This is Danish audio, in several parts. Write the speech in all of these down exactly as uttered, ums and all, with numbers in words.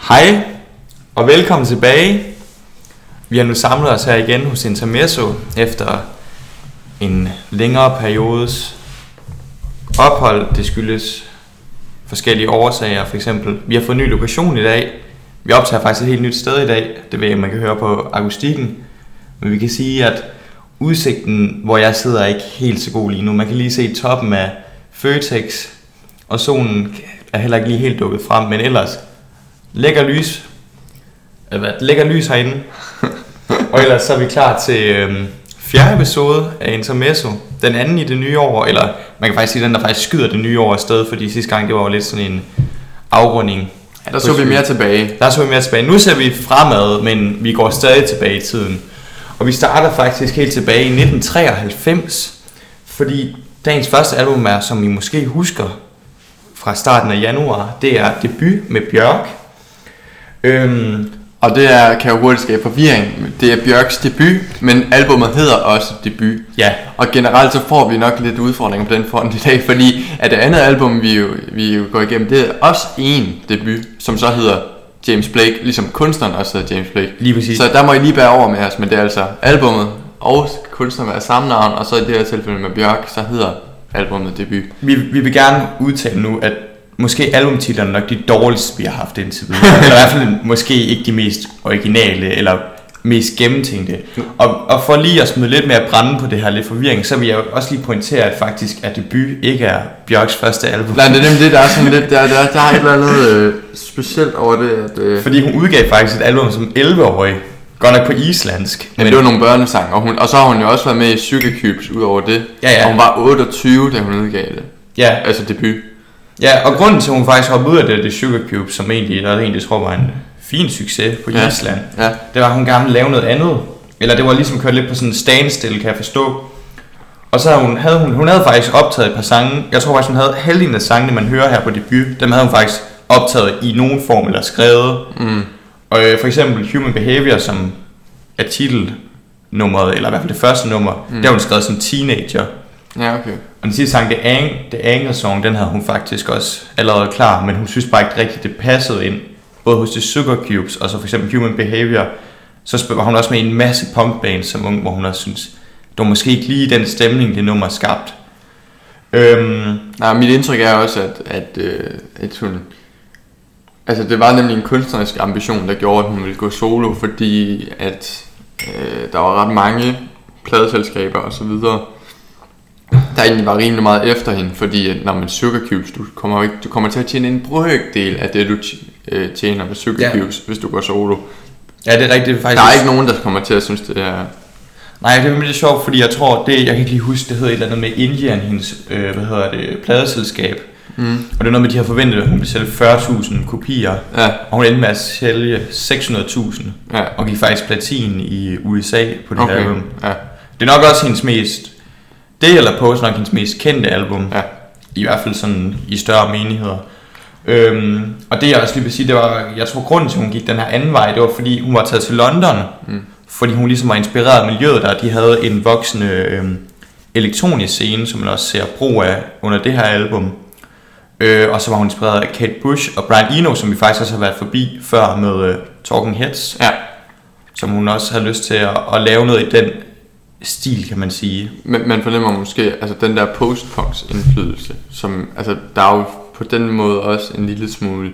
Hej og velkommen tilbage. Vi har nu samlet os her igen hos Intermezzo efter en længere periodes ophold. Det skyldes forskellige årsager. For eksempel, vi har fået en ny lokation i dag. Vi optager faktisk et helt nyt sted i dag. Det ved jeg, man kan høre på akustikken. Men vi kan sige, at udsigten, hvor jeg sidder, er ikke helt så god lige nu. Man kan lige se toppen af Føtex, og solen er heller ikke lige helt dukket frem, men ellers lækker lys. Hvad? Lækker lys herinde. Og ellers så er vi klar til øhm, fjerde episode af Intermezzo. Den anden i det nye år, eller man kan faktisk sige, den der faktisk skyder det nye år afsted, fordi sidste gang det var jo lidt sådan en afrunding. Ja, der så vi mere tilbage. Der så vi mere tilbage. Nu ser vi fremad, men vi går stadig tilbage i tiden. Og vi starter faktisk helt tilbage i nitten treoghalvfems, fordi dagens første album er, som I måske husker fra starten af januar, det er Debut med Bjørk. Øhm, og det er, kan jo hurtigt skabe forvirring. Det er Bjørks debut, men albumet hedder også Debut. Ja. Og generelt så får vi nok lidt udfordringer på den front i dag, fordi at det andet album, vi jo, vi jo går igennem, det er også en debut, som så hedder James Blake, ligesom kunstneren også hedder James Blake. Lige præcis. Så der må I lige bære over med os, men det er altså albumet og kunstneren er samme navn, og så i det her tilfælde med Bjørk, så hedder albumet Debut. Vi, vi vil gerne udtale nu, at måske albumtitlerne er nok de dårligste, vi har haft indtil videre. Eller i hvert fald måske ikke de mest originale, eller mest gennemtænkte. Og, og for lige at smide lidt mere brænde på det her lidt forvirring, så vil jeg også lige pointere, at faktisk at Debut ikke er Bjørks første album. Nej, det er nemlig det, der er sådan lidt, der, der, der er et eller andet øh, specielt over det. At, øh... Fordi hun udgav faktisk et album som elleve-årig, godt nok på islandsk. Men det var nogle børnesange, og, hun, og så har hun jo også været med i Sugar Cubes ud over det. Ja, ja. Og hun var otteogtyve, da hun udgav det. Ja. Altså debut. Ja, og grunden til, at hun faktisk hoppede ud af det, det Sugar Cubes, som egentlig, der egentlig tror var en fin succes på ja. Island, ja. det var, at hun gerne ville lave noget andet. Eller det var ligesom kørt lidt på sådan en standstill, kan jeg forstå. Og så havde hun, havde hun, hun havde faktisk optaget et par sange. Jeg tror faktisk, hun havde halvdelen af sangene, man hører her på Debut. Dem havde hun faktisk optaget i nogen form eller skrevet. Mm. Og øh, for eksempel Human Behavior, som er titelnummeret, eller i hvert fald det første nummer, mm. der har hun skrevet som teenager. Ja, okay. Og den sidste sang, The, Ang- The Anger Song, den havde hun faktisk også allerede klar, men hun synes bare ikke rigtigt, det passede ind, både hos The Sugar Cubes og så for eksempel Human Behavior. Så var hun også med i en masse punkbands som ung, hvor hun også synes, det var måske ikke lige den stemning, det nummer skabt. Øhm, Nej, mit indtryk er også, at, at, øh, at hun... Altså, det var nemlig en kunstnerisk ambition, der gjorde, at hun ville gå solo, fordi at øh, der var ret mange pladeselskaber og så videre, der egentlig var rimelig meget efter hende, fordi at, når man Sugar Cubes, du kommer, ikke, du kommer til at tjene en brøkdel af det, du tjener med Sugar ja. Cubes, hvis du går solo. Ja, det er rigtigt. Faktisk. Der er ikke nogen, der kommer til at synes, det er... Nej, det er lidt sjovt, fordi jeg tror, det, jeg kan ikke lige huske, det hedder et eller andet med Indian, hendes, øh, hvad hedder det, pladeselskab. Mm. Og det er noget med, de har forventet, at hun ville sælge fyrre tusind kopier, ja. og hun endte med at sælge seks hundrede tusind, ja. og gik faktisk platin i U S A på det okay. her album. Ja. Det er nok også hendes mest, det eller Pose nok hendes mest kendte album, ja. i hvert fald sådan i større menigheder. Øhm, og det jeg også lige vil sige, det var, jeg tror grunden til, at hun gik den her anden vej, det var fordi hun var taget til London, mm. fordi hun ligesom var inspireret af miljøet der, de havde en voksende øhm, elektronisk scene, som man også ser brug af under det her album. Øh, og så var hun inspireret af Kate Bush og Brian Eno, som vi faktisk også har været forbi før med uh, Talking Heads, ja. som hun også havde lyst til at, at lave noget i den stil, kan man sige. Men man fornemmer måske, altså den der post-punks indflydelse, som, altså der er jo på den måde også en lille smule,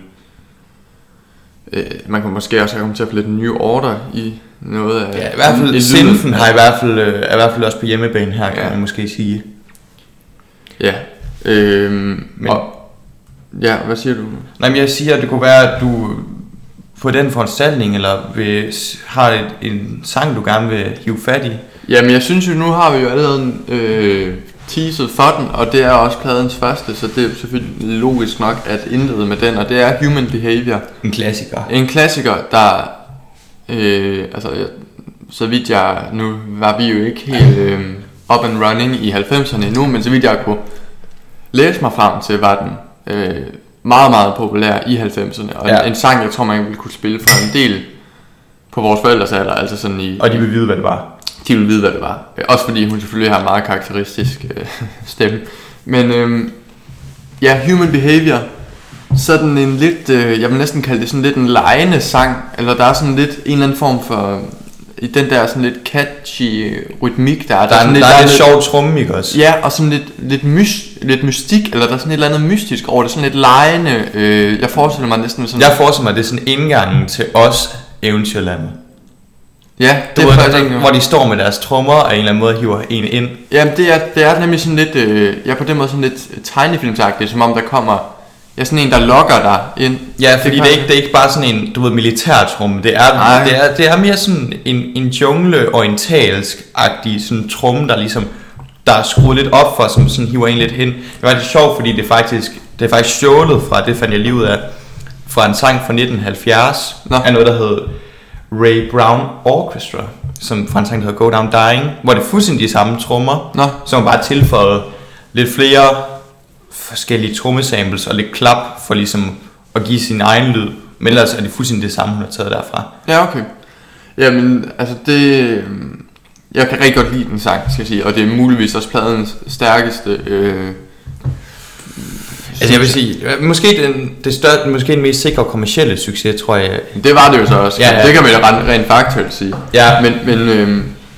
øh, man kan måske også komme til at få lidt New Order i noget af... Ja, i hvert fald, Sinfen har i hvert fald, øh, er i hvert fald også på hjemmebane her, kan ja. man måske sige. Ja, øhm, men, og, ja, hvad siger du? Nej, men jeg siger, at det kunne være, at du på den foranstaltning, eller vil, har et, en sang, du gerne vil hive fat i. Jamen, jeg synes jo, nu har vi jo allerede øh, teaset for den, og det er også pladens første, så det er selvfølgelig logisk nok at indlede med den, og det er Human Behavior. En klassiker. En klassiker, der, øh, altså, så vidt jeg, nu var vi jo ikke helt øh, up and running i halvfemserne endnu, men så vidt jeg kunne læse mig frem til, var den øh, meget, meget populær i halvfemserne, og ja. en, en sang, jeg tror, man ville kunne spille for en del på vores forældres alder, altså sådan i... Og de vil vide, hvad det var. De vil vide, hvad det var. Også fordi hun selvfølgelig har en meget karakteristisk øh, stemme. Men øh, ja, Human Behavior sådan en lidt, øh, jeg vil næsten kalde det sådan lidt en legende sang, eller der er sådan lidt en eller anden form for, i den der sådan lidt catchy rytmik, der er. Der, der er, sådan der lidt, er der lidt sjov tromme, ikke også? Ja, og sådan lidt, lidt, mys, lidt mystik, eller der er sådan et eller andet mystisk over det, sådan lidt legende, øh, jeg forestiller mig næsten sådan. Jeg forestiller mig, at det er sådan indgangen til os eventyrlandet. Ja, det er faktisk, hvor de står med deres trommer og en eller anden måde hiver en ind. Jamen det er, det er nemlig sådan lidt, øh, ja på den måde sådan lidt tegnefilmsagtigt, som om der kommer, ja sådan en der lokker dig ind. Ja, fordi det, det, er ikke, det er ikke bare sådan en, du ved, militærtrumme, det er, det er, det er mere sådan en, en jungle-orientalsk-agtig sådan trumme, der ligesom, der er skruet lidt op for, som sådan hiver en lidt hen. Det var lidt sjovt, fordi det faktisk, det er faktisk stjålet fra, det fandt jeg lige ud af, fra en sang fra nitten halvfjerds, Nå. af noget der hed Ray Brown Orchestra, som fra en sang der hedder Go Down Dying, hvor det er fuldstændig de samme trommer, Nå. som bare tilføjet lidt flere forskellige trommesamples og lidt klap for ligesom at give sin egen lyd, men ellers er det fuldstændig det samme, hun har taget derfra. Ja, okay. Jamen, altså det, jeg kan rigtig godt lide den sang, skal jeg sige, og det er muligvis også pladens stærkeste. Øh, altså jeg vil sige, måske den, det større, måske den mest sikre kommercielle succes, tror jeg. Det var det jo så også. Ja, ja. Det kan man jo rent, rent faktuelt sige. Ja. Men, men, øh,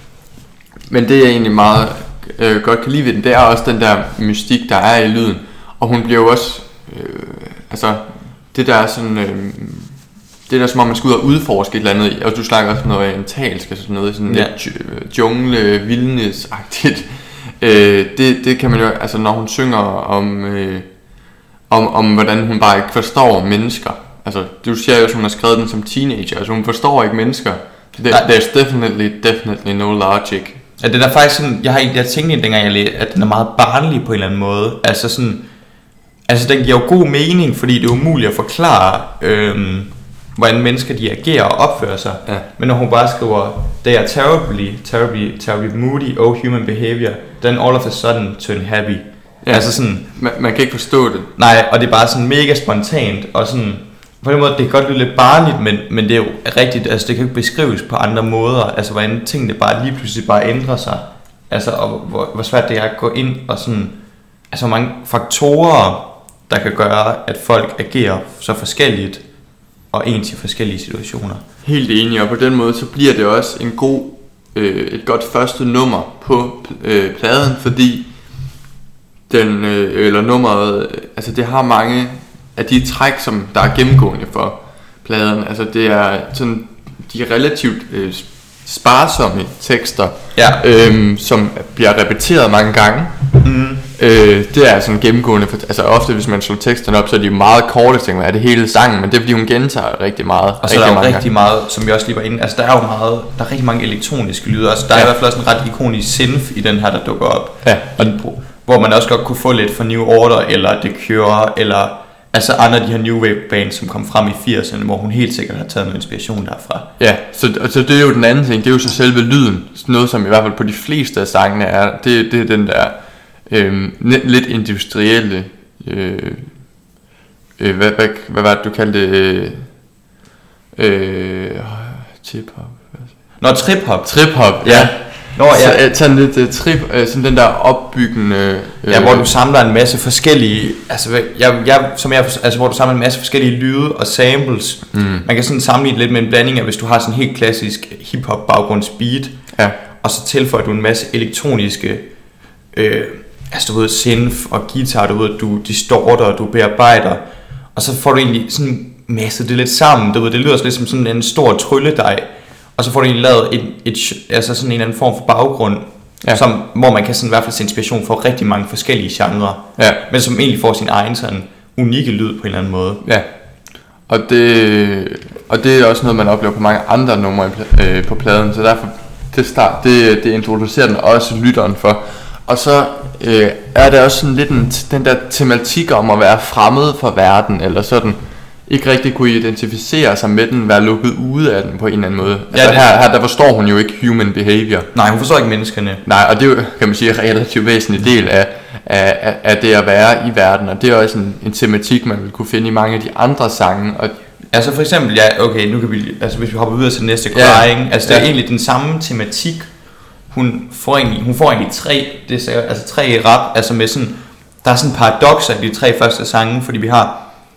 men det er egentlig meget øh, godt kan lide ved den, det er også den der mystik, der er i lyden. Og hun bliver jo også, øh, altså det der er sådan, øh, det der som om man skal ud og udforske et eller andet, og du snakker også noget orientalsk, altså sådan noget sådan ja. lidt jungle, vildness-agtigt. Øh, det, det kan man jo, altså når hun synger om, øh, om, om hvordan hun bare ikke forstår mennesker. Altså du siger jo, at hun har skrevet den som teenager, altså hun forstår ikke mennesker. There's definitely, definitely no logic. Ja, den er faktisk sådan, jeg har jeg tænkte en dengang jeg læste, at den er meget barnlig på en eller anden måde. Altså sådan, altså den giver jo god mening, fordi det er umuligt at forklare, øhm, hvordan mennesker de agerer og opfører sig. Ja. Men når hun bare skriver, they are terribly, terribly, terribly moody, oh human behavior, then all of a sudden turn happy. Ja. Altså sådan, man, man kan ikke forstå det. Nej, og det er bare sådan mega spontant og sådan. På den måde, det kan godt lyde lidt barnligt, men, men det er jo rigtigt, altså det kan ikke beskrives på andre måder, altså hvordan tingene bare lige pludselig bare ændrer sig, altså og hvor, hvor svært det er at gå ind og sådan, altså hvor mange faktorer, der kan gøre, at folk agerer så forskelligt, og ens i forskellige situationer. Helt enig, og på den måde, så bliver det også en god, øh, et godt første nummer på øh, pladen, fordi den, øh, eller nummeret, altså det har mange af de træk, som der er gennemgående for pladen. Altså det er sådan de relativt øh, sparsomme tekster, ja. øhm, som bliver repeteret mange gange. Mm. Øh, det er sådan gennemgående, for, altså ofte hvis man slår teksterne op, så er de meget korte, tænker man, er det hele sangen, men det er fordi hun gentager rigtig meget. Og så er der jo rigtig meget, som vi også lige var inde, altså der er jo meget, der er rigtig mange elektroniske lyde, altså der er ja. i hvert fald også en ret ikonisk synth i den her, der dukker op, ja. og, hvor man også godt kunne få lidt fra New Order, eller The Cure, eller altså andre af de her New Wave bands, som kom frem i firserne, hvor hun helt sikkert har taget noget inspiration derfra. Ja, så, så det er jo den anden ting, det er jo så selve lyden, noget som i hvert fald på de fleste af sangene er, det, det er den der øh, lidt industrielle, øh, øh, hvad, hvad, hvad var det du kaldte det, øh, øh, trip-hop? Nå, trip-hop. Trip-hop, ja. Nå, ja. Så sådan lidt uh, trip, uh, sådan den der opbyggende uh, ja, hvor du samler en masse forskellige, altså jeg, jeg som jeg, altså hvor du samler en masse forskellige lyde og samples. Mm. Man kan sådan sammenligne lidt med en blanding af, hvis du har sådan en helt klassisk hip-hop baggrundsbeat, ja. og så tilføjer du en masse elektroniske, øh, altså du ved synth og guitar, du ved, du distorter, du bearbejder, og så får du egentlig sådan masset det lidt sammen. Du ved, det lyder lidt som sådan en stor trylledej. Og så får du egentlig lavet et, et, altså sådan en eller anden form for baggrund, ja. som, hvor man kan sådan i hvert fald se inspiration for rigtig mange forskellige genrer, ja. men som egentlig får sin egen sådan unikke lyd på en eller anden måde. Ja, og det, og det er også noget, man oplever på mange andre numre øh, på pladen, så derfor det, start, det, det introducerer den også lytteren for. Og så øh, er der også sådan lidt en, den der tematik om at være fremmed for verden, eller sådan, ikke rigtig kunne identificere sig med den, være lukket ude af den på en eller anden måde. Altså ja, her, her der forstår hun jo ikke human behavior. Nej, hun forstår ikke menneskerne. Nej, og det er jo, kan man sige, en relativt væsentlig del af, af, af det at være i verden, og det er også en, en tematik, man vil kunne finde i mange af de andre sange. Og altså for eksempel, ja, okay, nu kan vi, altså hvis vi hopper videre til den næste Crying, ja, altså det er ja. egentlig den samme tematik, hun får egentlig, hun får egentlig tre, det er, altså tre rap, altså med sådan, der er sådan paradoxer i de tre første sange, fordi vi har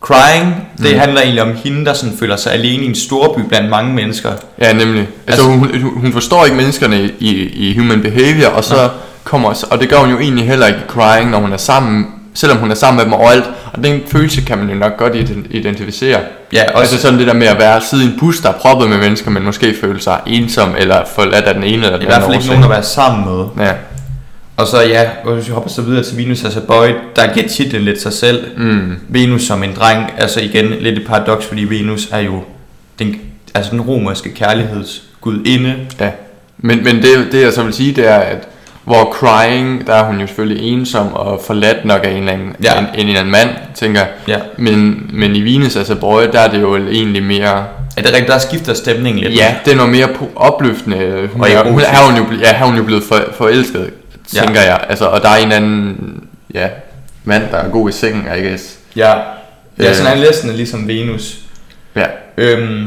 Crying, det Mm. handler egentlig om hende, der sådan føler sig alene i en storby blandt mange mennesker. Ja, nemlig. Altså, Altså- hun, hun forstår ikke menneskerne i, i Human Behavior, og så Ja. kommer, og det gør hun jo egentlig heller ikke i Crying, når hun er sammen, selvom hun er sammen med dem overalt. Og den følelse kan man jo nok godt ident- identificere. Ja, også, Altså sådan det der med at være sidde i en bus, der er proppet med mennesker, men måske føle sig ensom, eller forladt af den ene eller den i anden hvert fald ikke årsag. nogen at være sammen med. Ja. Og så ja, og hvis vi hopper så videre til Venus, altså Boy, der giver titlen lidt sig selv. Mm. Venus som en dreng, altså igen lidt et paradoks, fordi Venus er jo den, altså den romerske kærlighedsgudinde. Ja. Men, men det, det jeg så vil sige, det er, at hvor Crying, der er hun jo selvfølgelig ensom og forladt nok af en eller anden, Ja. en, en eller anden mand, tænker jeg. Ja. Men, men i Venus, altså Boy, der er det jo egentlig mere... Er det rigtigt, der skifter stemningen lidt? Ja, det er noget mere po- opløftende. Hun Og er, hun, erotisk. er hun jo, ble- ja, er hun jo blevet for, forelsket, tænker Ja. jeg. Altså, og der er en anden ja, mand, der er god i sengen, I guess. Ja, ja Øh. sådan er næsten ligesom Venus. Ja. Øhm,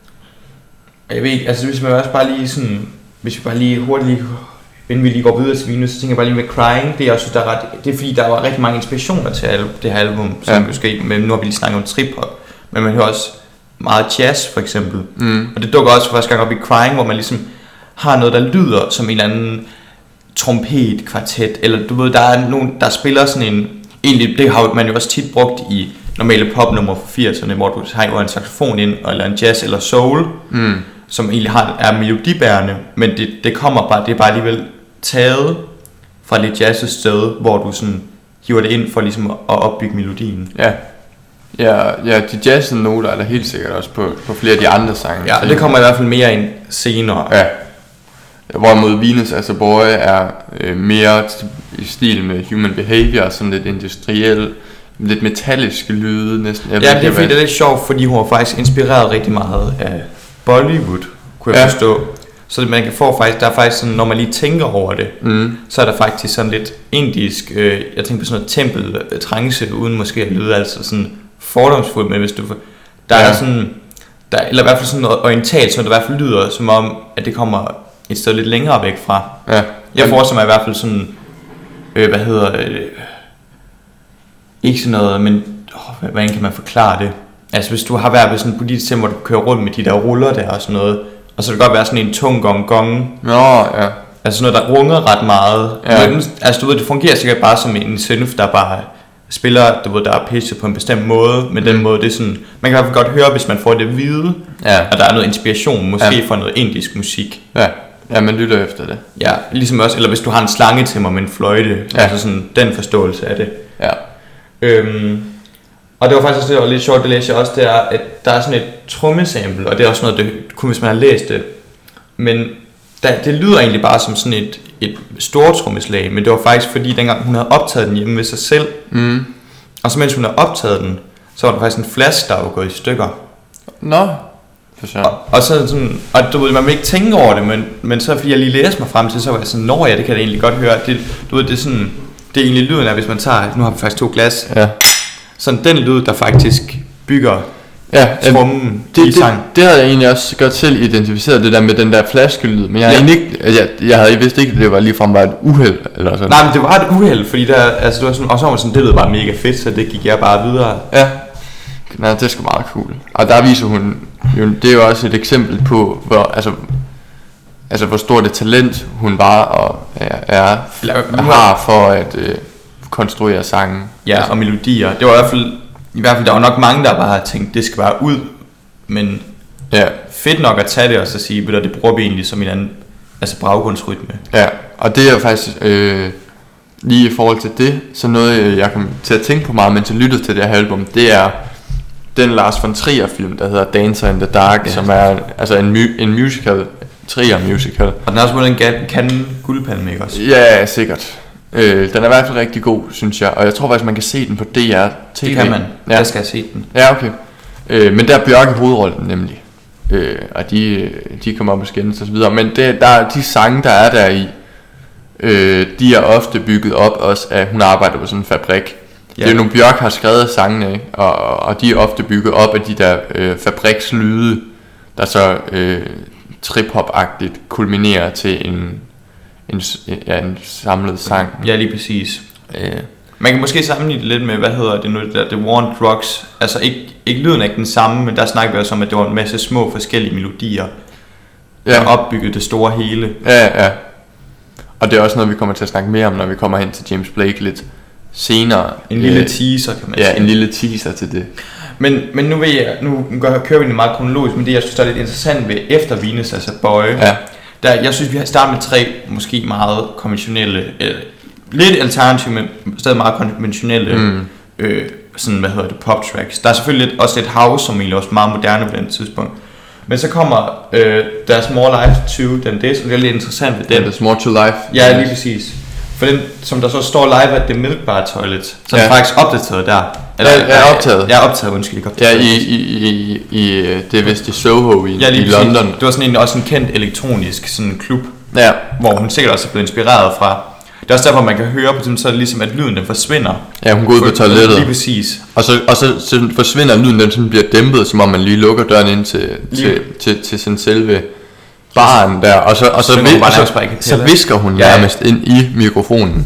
jeg ved ikke, altså hvis man også bare lige sådan, hvis vi bare lige hurtigt lige, inden vi lige går videre til Venus, så tænker jeg bare lige med Crying, det er også der er ret, det er fordi der var rigtig mange inspirationer til al- det her album, som Ja. måske, men nu har vi lige snakket om trip-hop, men man hører også meget jazz for eksempel, Mm. og det dukker også for første gang op i Crying, hvor man ligesom har noget, der lyder som en eller anden trompetkvartet, eller du ved, der er nogen, der spiller sådan en, egentlig, det har man jo også tit brugt i normale popnummer fra firserne, hvor du har jo en saxofon ind, eller en jazz eller soul, Mm. som egentlig har, er melodibærende, men det, det kommer bare, det er bare alligevel taget fra et lidt jazzet sted, hvor du sådan hiver det ind for ligesom at opbygge melodien. Ja. Ja, ja, de jazzede noter er der helt sikkert også på, på flere af de andre sange. Ja, det kommer i hvert fald mere ind senere. Ja. Hvorimod Venus, altså Boy, er øh, mere i stil med Human Behavior, sådan lidt industriel, lidt metalliske lyde næsten. Jeg ved Ja, ikke, det er fordi hvad- det er lidt sjovt, fordi hun har faktisk inspireret rigtig meget af Bollywood, kunne jeg Ja. forstå. Så man kan få faktisk, der er faktisk sådan, når man lige tænker over det, Mm. så er der faktisk sådan lidt indisk, øh, jeg tænker på sådan noget tempeltrance, uden måske at lyde altså sådan fordomsfuldt, men hvis du, der Ja. er sådan, der, eller i hvert fald sådan noget orientalt, så det i hvert fald lyder som om, at det kommer et sted lidt længere væk fra. Ja. Jeg forestiller mig i hvert fald sådan, øh, hvad hedder det, ikke sådan noget, men åh, hvordan kan man forklare det? Altså hvis du har været ved sådan en politisk tema, hvor du kører rundt med de der ruller der og sådan noget, og så kan det godt være sådan en tung gong gong, Nå, ja. altså sådan noget der runger ret meget. Ja. Men, altså du ved, det fungerer sikkert bare som en synth, der bare spiller, du ved, der er pitchet på en bestemt måde, men den Mm. måde, det er sådan, man kan i hvert fald godt høre, hvis man får det at vide, Ja. at der er noget inspiration, måske Ja. fra noget indisk musik. Ja. Ja, man lytter efter det. Ja, ligesom også, eller hvis du har en slangetimmer med en fløjte, Ja. altså sådan den forståelse af det. Ja. Øhm, og det var faktisk også det, der var lidt sjovt, det læste jeg også, det er, at der er sådan et trommesample, og det er også noget, det kun hvis man har læst det. Men der, det lyder egentlig bare som sådan et, et stort trommeslag, men det var faktisk fordi, dengang hun havde optaget den hjemme ved sig selv, Mm. og så mens hun havde optaget den, så var der faktisk en flaske, der var gået i stykker. Nå, for så. Og, og så sådan, og du ved, man vil ikke tænke over det, men, men så fordi jeg lige læste mig frem til, så var jeg sådan, nå ja, det kan jeg da egentlig godt høre. Det, du ved, det er sådan, det er egentlig lyden af, hvis man tager, nu har vi faktisk to glas, Ja. sådan den lyd, der faktisk bygger Ja, øhm, trummen det, i det, sang. det havde jeg egentlig også godt selv identificeret, det der med den der flaskelyd. Men jeg, Ja. ja. egentlig ikke, jeg, jeg havde vidst ikke, at det var ligefrem bare et uheld eller sådan. Nej, men det var et uheld, fordi der, altså det var sådan, og så var man sådan, det lød bare mega fedt, så det gik jeg bare videre. Ja. Nej, det er sgu meget cool. Og der viser hun jo, det er jo også et eksempel på, hvor, altså, altså hvor stort et talent hun var og er, er Eller, har for at øh, konstruere sange. Ja, og melodier. Det var i hvert fald, i hvert fald, der var nok mange, der bare havde tænkt, det skal bare ud, men Ja, fedt nok at tage det og så sige, ved du, det bruger vi egentlig som en anden, altså baggrundsrytme. ja. Og det er jo faktisk øh, lige i forhold til det, så noget øh, jeg kom til at tænke på meget, mens jeg lyttede til det her album, det er den Lars von Trier film, der hedder Dancer in the Dark, Ja. som er altså en, mu- en musical, Trier musical. Og den har også vundet en ga- kan guldpalme, ikke også? Ja, sikkert. Øh, den er i hvert fald rigtig god, synes jeg. Og jeg tror faktisk, man kan se den på D R T V. Det kan man. Ja, Jeg skal have set den. ja okay. Øh, men der er Bjørk i hovedrollen nemlig. Øh, og de, de kommer op og skændes og så videre. Men det, der er de sange, der er der i, øh, de er ofte bygget op også af, hun arbejder på sådan en fabrik. Ja. Det er jo nogle Bjørk har skrevet sangene, ikke? Og, og de er ofte bygget op af de der øh, fabrikslyde, der så øh, trip-hop-agtigt kulminerer til en, en, ja, en samlet sang. Ja, lige præcis. Øh, Man kan måske sammenligne det lidt med, hvad hedder det nu, det der The War on Drugs. Altså ikke, ikke lyden er ikke den samme, men der snakker vi også om, at det var en masse små forskellige melodier, ja. Der opbyggede det store hele. Ja, ja. Og det er også noget, vi kommer til at snakke mere om, når vi kommer hen til James Blake lidt senere. En lille teaser, kan man ja, sige. Ja, en lille teaser til det. Men, men nu ved jeg, nu kører vi det meget kronologisk, men det jeg synes der er lidt interessant ved efter Venus, altså Bøje. Ja. Der, jeg synes vi har startet med tre måske meget konventionelle, øh, lidt alternative, men stadig meget konventionelle, mm. øh, sådan hvad hedder det, pop tracks. Der er selvfølgelig lidt, også lidt house, som egentlig også er meget moderne på den tidspunkt. Men så kommer øh, There's More Life to Than This, og det er lidt interessant ved den. Yeah, There's More to Life. Ja, lige præcis. For den, som der så står live at The Milk Bar Toilet, så ja. Er faktisk opdateret der. Eller, ja, jeg er optaget. Jeg er optaget, undskyld, ikke optaget. Ja, i, i, i, i, det er vist i Soho i, ja, i London. Det var sådan en, også en kendt elektronisk sådan klub, ja. Hvor hun sikkert også er blevet inspireret fra. Det er også derfor, man kan høre på dem, så er det ligesom, at lyden den forsvinder. Ja, hun går ud på toilettet. Lige præcis. Og så, og så, så forsvinder lyden, den sådan bliver dæmpet, som om man lige lukker døren ind til, til, til, til sin selve baren der. Og så, og så, vi, og så, så visker hun ja, nærmest ind i mikrofonen.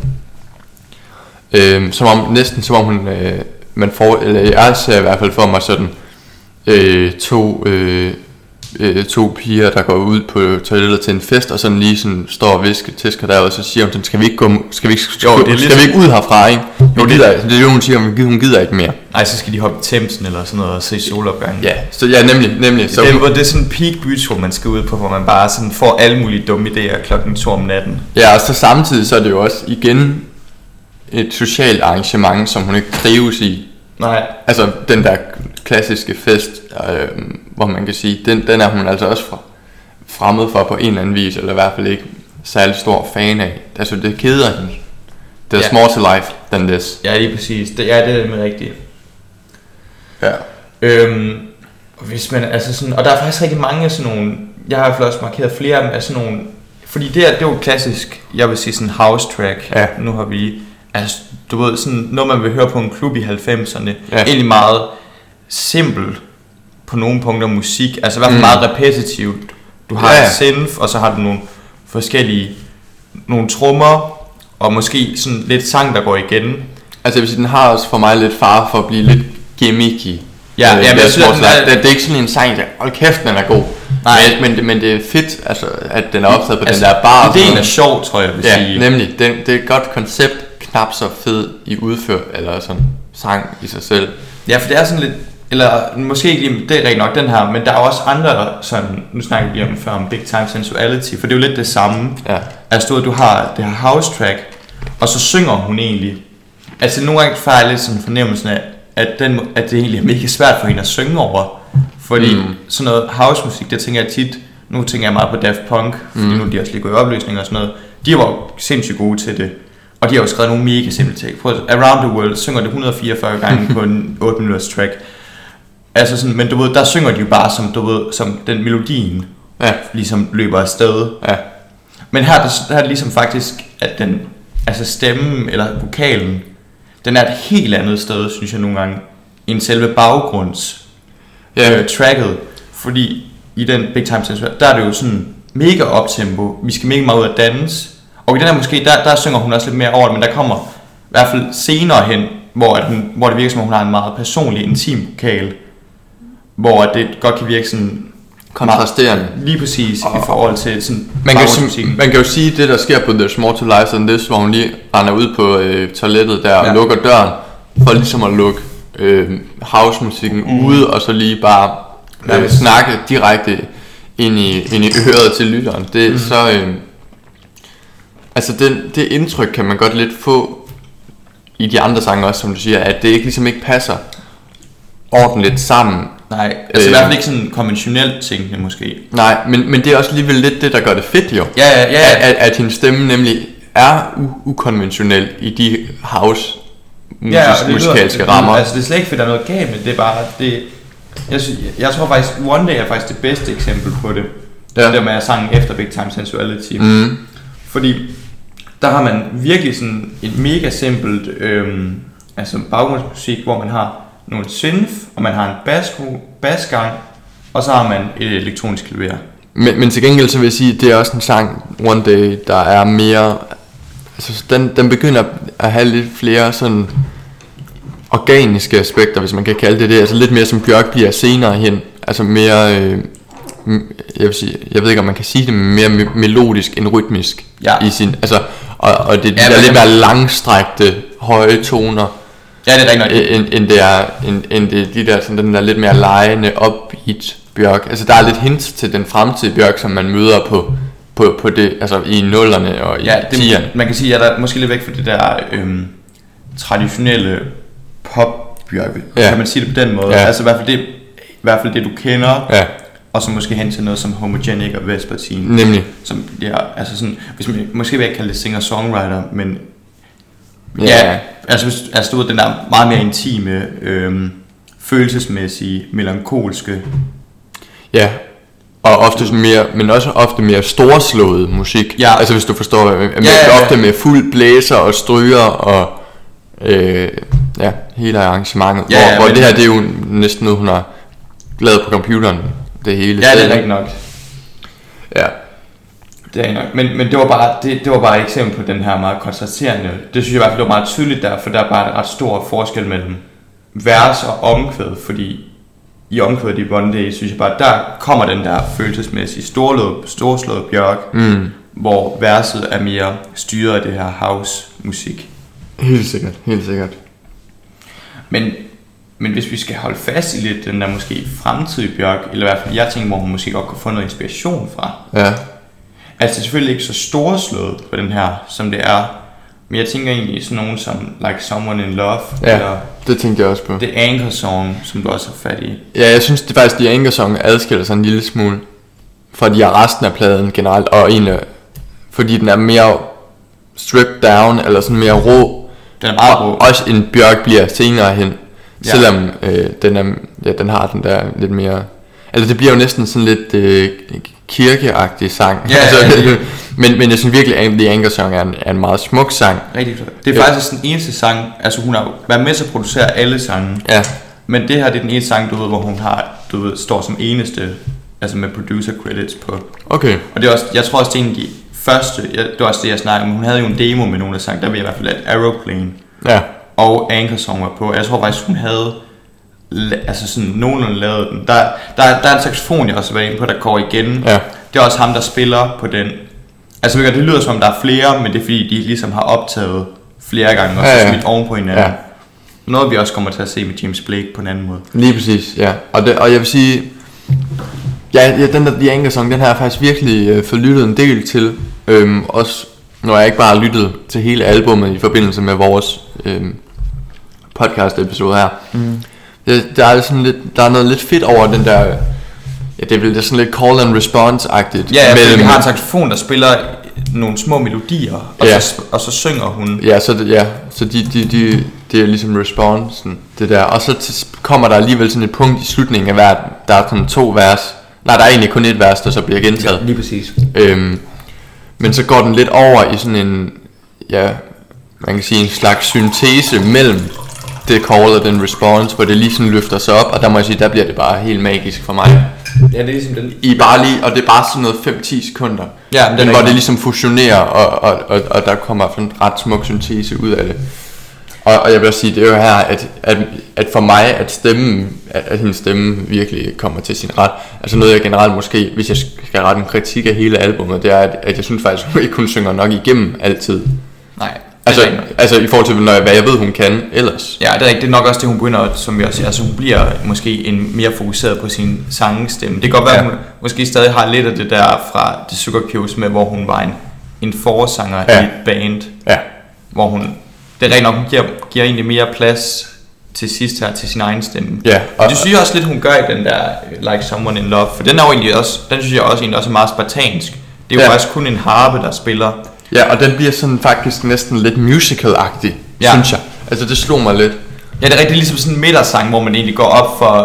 Øhm, som om, næsten som om hun, øh, man får, eller jeg ser i hvert fald for mig sådan, øh, to... Øh, Øh, to piger, der går ud på toilettet til en fest, og sådan lige sådan står og visker, tisker der, og så siger hun, skal vi ikke gå, skal vi ikke, skal, jo, skal skal vi ikke ud herfra, ikke? Jo, det, det, det er jo, hun siger, hun, hun gider ikke mere. Nej, så skal de hoppe i Thamesen eller sådan noget og se solopgangen. Ja, så ja, nemlig, nemlig. Så det, hun, det er sådan en peak bytur, man skal ud på, hvor man bare sådan får alle mulige dumme idéer klokken to om natten. Ja, og så samtidig så er det jo også igen et socialt arrangement, som hun ikke trives i. Nej. Altså den der klassiske fest, øh, hvor man kan sige, den, den er hun altså også fra, fremmed for på en eller anden vis, eller i hvert fald ikke særlig stor fan af. Altså det keder hende. There's yeah. more to life than this. Ja, lige præcis. Det, ja, det er med rigtigt. Ja. Øhm, hvis man, altså sådan, og der er faktisk rigtig mange af sådan nogle, jeg har i hvert fald også markeret flere af dem, af sådan nogle, fordi det er, det er jo klassisk, jeg vil sige sådan house track. Ja. Nu har vi, altså du ved, sådan noget man vil høre på en klub i halvfemserne, ja. Egentlig meget simpel på nogle punkter musik, altså i hvert fald mm. meget repetitivt. Du har ja. Et synth, og så har du nogle forskellige, nogle trommer, og måske sådan lidt sang, der går igen. Altså jeg vil sige, den har også for mig lidt fare for at blive lidt gimmicky. Ja, øh, ja men jeg synes, det, er, det er ikke sådan en sang, der, hold kæft, den er god. Nej. Men, men, det, men det er fedt, altså, at den er optaget på altså, den der bar. Ideen er sjov, tror jeg, vil ja, sige. Nemlig, det, det er et godt koncept, knap så fed i udfør, eller sådan sang i sig selv. Ja, for det er sådan lidt, eller måske ikke lige, det er rigtig nok den her, men der er også andre sådan, nu snakker vi om før om Big Time Sensuality, for det er jo lidt det samme. Ja. Altså du har det her house track, og så synger hun egentlig. Altså nogle gange får jeg lidt sådan fornemmelsen af, at, den, at det egentlig er mega svært for hende at synge over. Fordi mm. sådan noget house musik, det tænker jeg tit, nu tænker jeg meget på Daft Punk, fordi mm. nu er de også lige gået i opløsning og sådan noget. De var jo sindssygt gode til det. Og de har jo skrevet nogle mega simple ting. Around the World synger det et hundrede og fireogfyrre gange på en otte minutters track. Altså sådan, men du ved, der synger de jo bare som, du ved, som den melodien, ja. Ligesom løber afsted. Ja. Men her, der, der er det ligesom faktisk, at den, altså stemmen eller vokalen, den er et helt andet sted, synes jeg nogle gange, end selve baggrunds ja. øh, tracket. Fordi i den Big Time Sensuality, der er det jo sådan mega optempo. Vi skal mega meget ud at danse. Og i den her måske, der, der synger hun også lidt mere over det, men der kommer i hvert fald senere hen, hvor, at hun, hvor det virker som om hun har en meget personlig, intim vokal. Hvor det godt kan virke sådan kontrasterende. Lige præcis og, i forhold til sådan man kan, jo, man kan jo sige, det der sker på There's More to Life Than This, hvor hun lige render ud på øh, toilettet der ja. Og lukker døren, for ligesom at lukke øh, housemusikken mm. ude, og så lige bare øh, ja, snakke direkte ind i, ind i øret til lytteren. Det mm. så øh, altså det, det indtryk kan man godt lidt få i de andre sange også, som du siger, at det ikke ligesom ikke passer ordentligt sammen. Nej, altså øh, i hvert fald ikke sådan konventionelt tænkende måske. Nej, men, men det er også alligevel lidt det, der gør det fedt jo. Ja, ja, ja. At, at, at hendes stemme nemlig er u- ukonventionel i de house musik, ja, musikalske lyder, rammer. Altså det er slet ikke, fordi der er noget galt med det, er bare det. Jeg, synes, jeg tror faktisk, One Day er faktisk det bedste eksempel på det. Ja. Det der med at sange efter Big Time Sensuality. Mm. Fordi der har man virkelig sådan et mega simpelt øhm, altså baggrundsmusik, hvor man har nogle synth, og man har en bassgang, bassgang, og så har man et elektronisk klaver. Men, men til gengæld så vil jeg sige, at det er også en sang, One Day, der er mere altså den, den begynder at have lidt flere sådan organiske aspekter, hvis man kan kalde det det, altså lidt mere som Bjørk bliver senere hen, altså mere, øh, jeg vil sige, jeg ved ikke om man kan sige det, men mere me- melodisk end rytmisk ja. i sin, altså, og, og det, ja, de der lidt mere langstrakte, høje toner, ja, det er rigtigt, end, end det er, end, end det, de der, sådan den der lidt mere lejende, upbeat Bjørk, altså der er lidt hint til den fremtidige Bjørk, som man møder på, på, på det, altså i nullerne og i ja, det, tierne. Man kan sige, at der er måske lidt væk fra det der øhm, traditionelle pop-Bjørk, ja. Kan man sige det på den måde, ja. Altså i hvert fald det, i hvert fald det du kender, ja. Og så måske hen til noget som Homogenic og Vespertine. Nemlig. Som, ja, altså sådan, hvis man, måske vil jeg kalde det singer-songwriter, men ja, ja altså, hvis, altså du ved, den der meget mere intime, øhm, følelsesmæssige, melankolske. Ja, og ofte mere, men også ofte mere storslået musik. Ja. Altså hvis du forstår, med, ja, ja, ja. Ofte med fuld blæser og stryger og øh, ja, hele arrangementet. Ja, ja, hvor, hvor det her, det er jo næsten noget, hun har lavet på computeren. Det hele. Ja, det er rigtig nok. Ja. Det er nok. Men, men det var bare det, det var bare et eksempel på den her meget kontrasterende. Det synes jeg i hvert fald var meget tydeligt der, for der er bare en ret stor forskel mellem vers og omkvæd, fordi i omkvædet i One Day, synes jeg bare, der kommer den der følelsesmæssige storslåede, storslåede Bjørk, mm. hvor verset er mere styret af det her house musik. Helt sikkert, helt sikkert. Men Men hvis vi skal holde fast i lidt den der måske fremtidige Bjørk, eller i hvert fald jeg tænker, hvor hun måske godt kunne få noget inspiration fra. Ja. Altså selvfølgelig ikke så storslået på den her, som det er. Men jeg tænker egentlig sådan nogen som Like Someone in Love. Ja, eller det tænkte jeg også på. The Anchor Song, som du også har fat i. Ja, jeg synes det faktisk, The Anchor Song adskiller sig en lille smule fra de resten af pladen generelt. Og egentlig, fordi den er mere stripped down, eller sådan mere rå. Den er meget rå. Også en Bjørk bliver senere hen. Ja. Selvom øh, den, er, ja, den har den der lidt mere. Altså det bliver jo næsten sådan lidt øh, kirkeagtig sang. Ja, altså, ja, ja. men, men jeg synes virkelig at The Anchor Song er en, er en meget smuk sang. Rigtig. Det er ja. Faktisk den eneste sang. Altså hun har været med til at producere alle sange. Ja. Men det her det er den eneste sang, du ved, hvor hun har, du ved, står som eneste, altså med producer credits på. Okay. Og det er også, jeg tror også det er en af de første. Jeg, det var også det jeg snakkede om. Hun havde jo en demo med nogle af sang. Der vil jeg i hvert fald at Aeroplane. Ja. Og Anchor Song var på. Jeg tror faktisk hun havde altså sådan nogenlunde lavet den. Der, der, der er en saxofon jeg også har været inde på, der går igen. Ja. Det er også ham der spiller på den. Altså det lyder som om der er flere, men det er fordi de ligesom har optaget flere gange og så ja, ja. Smidt oven på hinanden. Ja. Noget vi også kommer til at se med James Blake på en anden måde. Lige præcis, ja. Og, det, og jeg vil sige, ja, ja den der The Anchor Song, den har jeg faktisk virkelig øh, fået lyttet en del til. Øhm, også når jeg ikke bare har lyttet til hele albumet i forbindelse med vores øhm, podcast episode her. Mm. Det, der er sådan lidt, der er noget lidt fedt over den der, ja det er vel det sådan lidt call and response agtigt. Ja, ja mellem, vi har en saxofon der spiller nogle små melodier og, ja. så, og så synger hun. Ja, så det, ja, så de de de det er ligesom responsen det der, og så til, kommer der alligevel sådan et punkt i slutningen af hver, der er sådan to vers. Nej, der er egentlig kun et vers der så bliver gentaget. Ja, lige præcis. Øhm, men så går den lidt over i sådan en, ja, man kan sige en slags syntese mellem det call og den response, hvor det lige sådan løfter sig op, og der må jeg sige, der bliver det bare helt magisk for mig. Ja, det er ligesom den. I bare lige, og det er bare sådan noget fem til ti sekunder. Ja, men, men hvor det ligesom fusionerer, og, og, og, og der kommer sådan en ret smuk syntese ud af det. Og, og jeg vil også sige, det er jo her, at, at, at for mig, at stemmen, at, at hendes stemme virkelig kommer til sin ret. Altså noget jeg generelt måske, hvis jeg skal rette en kritik af hele albumet, det er, at, at jeg synes faktisk, hun ikke kun synger nok igennem altid. Nej. Altså, altså i forhold til når jeg, hvad jeg ved hun kan ellers. Ja, det er rigtigt. Det er nok også det hun begynder, som vi også siger, altså hun bliver måske en mere fokuseret på sin sangstemme. Det kan godt være, ja. Hun måske stadig har lidt af det der fra The Sugar Cubes med, hvor hun var en, en forsanger ja. I et band. Ja. Hvor hun, det er rigtigt nok, hun giver, giver egentlig mere plads til sidst her til sin egen stemme. Ja. Og det synes jeg også lidt hun gør i den der Like Someone in Love, for den er jo egentlig også, den synes jeg også egentlig også er meget spartansk. Det er jo ja. Faktisk kun en harpe der spiller. Ja, og den bliver sådan faktisk næsten lidt musical-agtig, ja. Synes jeg. Altså det slog mig lidt. Ja, det er rigtig ligesom sådan en middagssang, hvor man egentlig går op for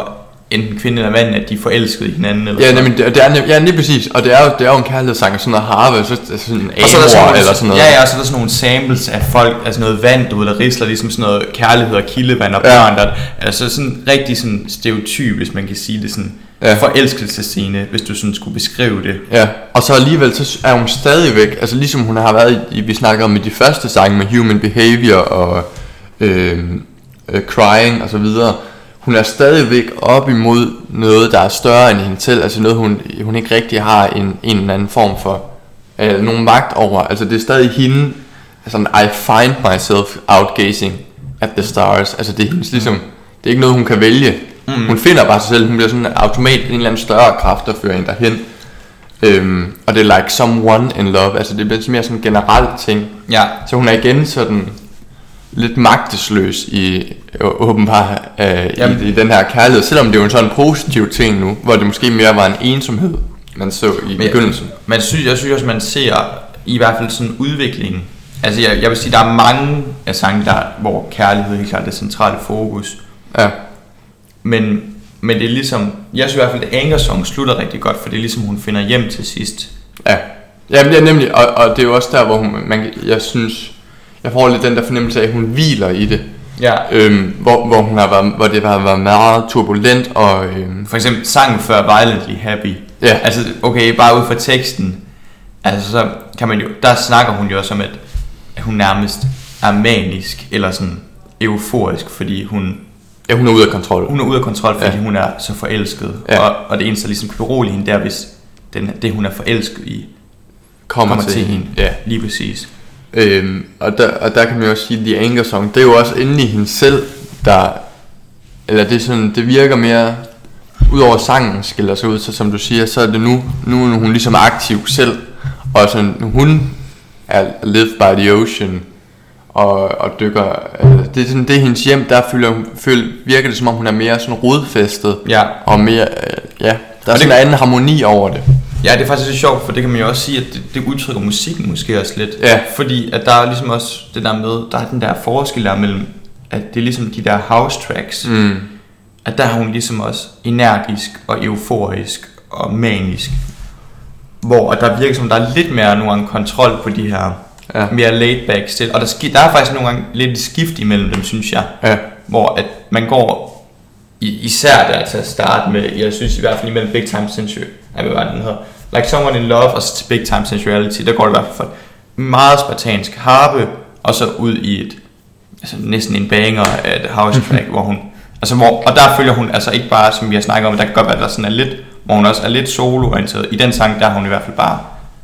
enten kvinde eller mand, at de er forelskede i hinanden. Eller ja, nemlig, det, det er, ja, lige præcis. Og det er jo, det er jo en kærlighedssang, og sådan noget harve, så er sådan en amor eller sådan noget. Ja, ja, og så er der sådan nogle samples af folk, altså noget vand, du der risler ligesom sådan noget kærlighed og kildevand og børn, ja. Der, altså sådan rigtig sådan stereotyp, hvis man kan sige det, sådan ja. Forelskelsesscene, hvis du sådan skulle beskrive det. Ja, og så alligevel, så er hun stadigvæk, altså ligesom hun har været i, vi snakker om i de første sange med Human Behavior og øh, øh, Crying og så videre. Hun er stadigvæk op imod noget, der er større end hende selv. Altså noget, hun, hun ikke rigtig har en, en eller anden form for øh, nogen magt over. Altså det er stadig hende. Altså I find myself outgazing at the stars. Altså det er hendes ligesom, det er ikke noget, hun kan vælge. Mm. Hun finder bare sig selv. Hun bliver sådan automat en eller anden større kraft, der fører hende derhen. Øhm, og det er like someone in love. Altså det bliver mere sådan en generel ting. Ja. Så hun er igen sådan lidt magtesløs i åbenbart øh, i, i den her kærlighed, selvom det er jo en sådan positiv ting nu, hvor det måske mere var en ensomhed, man så i men, begyndelsen. Men synes, jeg synes også, man ser i hvert fald sådan en udvikling. Altså jeg, jeg vil sige, der er mange af sange, der, hvor kærlighed helt klart er det centrale fokus. Ja. Men, men det er ligesom, jeg synes i hvert fald, at Anger Song slutter rigtig godt, for det er ligesom, hun finder hjem til sidst. Ja, ja det er nemlig, og, og det er jo også der, hvor hun, man, jeg synes, jeg får lidt den der fornemmelse af, at hun hviler i det. Ja. Øhm, hvor, hvor, hun har været, hvor det har været meget turbulent og øhm, for eksempel sangen før Violently Happy. Ja. Altså okay, bare ud fra teksten. Altså så kan man jo, der snakker hun jo også om, at hun nærmest er manisk eller sådan euforisk, fordi hun ja, hun er ude af kontrol. Hun er ude af kontrol, fordi ja. Hun er så forelsket. Ja. Og, og det eneste, der ligesom kan berolige hende, det er, hvis den, det hun er forelsket i kommer, kommer til, til hende. Ja. Lige præcis. Øhm, og, der, og der kan man jo også sige, at The Anger Song, det er jo også inde i hende selv, der, eller det er sådan, det virker mere, udover sangen skiller sig ud, så som du siger, så er det nu, nu er hun ligesom aktiv selv, og sådan, hun er live by the ocean, og, og dykker, altså, det er sådan, det er hendes hjem, der føler, føler, virker det som om hun er mere sådan rodfæstet, ja. Og mere, øh, ja, der er sådan en anden harmoni over det. Ja, det er faktisk lidt sjovt, for det kan man jo også sige, at det, det udtrykker musikken måske også lidt. Ja. Fordi at der er ligesom også det der med, der er den der forskel der mellem, at det er ligesom de der house tracks, mm. at der har hun ligesom også energisk og euforisk og manisk. Hvor at der virker som, der er lidt mere nogle gange kontrol på de her ja. Mere laid back stil. Og der, sk- der er faktisk nogle gange lidt et skift imellem dem, synes jeg. Ja. Hvor at man går, i, især der til at starte med, jeg synes i hvert fald imellem Big Time Sensuality, hvad var den hedder, Like Someone in Love, og så til Big Time Sensuality, der går det i hvert fald for meget spartansk harpe, og så ud i et, altså næsten en banger af et house track, hvor hun, altså hvor, og der følger hun altså ikke bare, som vi har snakket om, der kan godt være, at der sådan er lidt, hvor hun også er lidt solo-orienteret. I den sang, der er hun i hvert fald bare,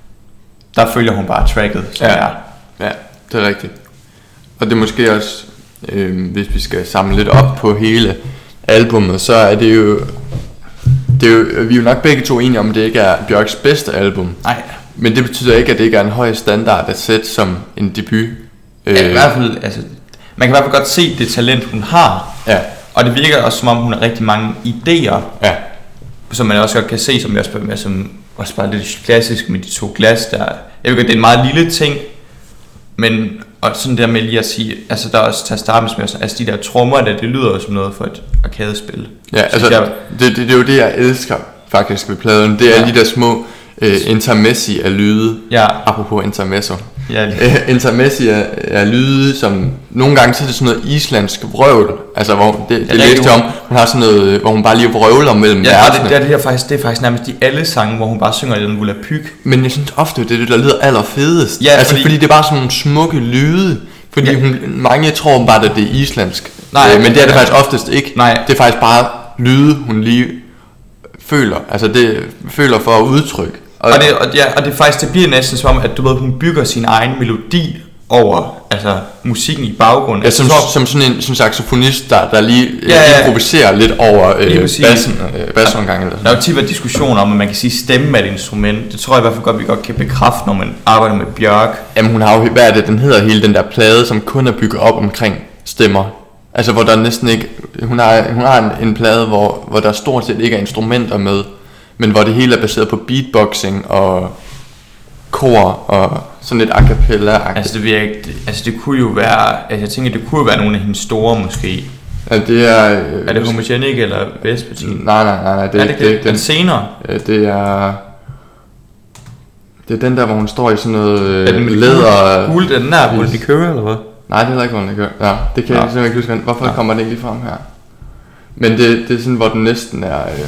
der følger hun bare tracket, som ja. er. Ja, det er rigtigt. Og det er måske også, øh, hvis vi skal samle lidt op på hele albummet, så er det jo, det er jo, vi er jo nok begge to enige om, at det ikke er Bjørks bedste album. Nej. Men det betyder ikke, at det ikke er en høj standard at sætte som en debut. Ja, i hvert fald, altså, man kan i hvert fald godt se det talent, hun har. Ja. Og det virker også som om, hun har rigtig mange idéer. Ja. Som man også godt kan se, som jeg også, som også bare lidt klassisk med de to glas der. Jeg ved godt, det er en meget lille ting, men og sådan der med lige at sige, altså der er også til at starte med, altså de der trommer der, det lyder jo som noget for et arkadespil. Ja, altså jeg, det, det, det er jo det, jeg elsker faktisk ved pladen. Det er ja. De der små øh, intermessi af lyde. Ja. Apropos intermezzo. Ja, øh, intermessi af, af lyde, som nogle gange så er det sådan noget islandsk vrøvl. Altså hvor det, det ja, læste jeg om, hun har sådan noget, hvor hun bare lige vrøvler mellem ja, versene. Ja, det, det, det, er faktisk, det er faktisk nærmest i alle sange, hvor hun bare synger den volapyk. Men jeg synes ofte, det er det, der lyder allerfedest. Ja, altså fordi, fordi det er bare sådan nogle smukke lyde. Fordi ja. hun, mange tror bare, at det er islandsk. Nej, øh, men det er det faktisk oftest ikke. Nej. Det er faktisk bare lyde, hun lige føler. Altså det føler for at udtrykke. Og, og, det, og, ja, og det faktisk det bliver næsten som om, at du ved, hun bygger sin egen melodi over altså musikken i baggrunden. Ja, som, altså, som sådan en som saxofonist, der, der lige ja, ja, improviserer lidt over øh, bassen, øh, basomgang eller sådan. Der er jo tit været diskussioner om, at man kan sige stemme af et instrument. Det tror jeg i hvert fald godt, vi godt kan bekræfte, når man arbejder med Bjørk. Jamen hun har jo, hvad er det, den hedder hele den der plade, som kun er bygget op omkring stemmer. Altså hvor der næsten ikke, hun har, hun har en, en plade, hvor, hvor der stort set ikke er instrumenter med, men hvor det hele er baseret på beatboxing og kor og sådan lidt a cappella. Altså det, virker, altså det kunne jo være, altså jeg tænker det kunne jo være nogle af hendes store måske Ja, det er... Øh, er det Homogenic eller Vespertine? Nej, nej, nej, nej. Det, er det, det, det den senere? Det er... Det er den der, hvor hun står i sådan noget øh, læder... Gul, den der Golden Liqueur, eller hvad? Nej, det er ikke Golden Liqueur. Ja, det kan ja. jeg simpelthen ikke huske. Hvorfor ja. kommer den ikke lige frem her? Men det, det er sådan, hvor den næsten er... Øh,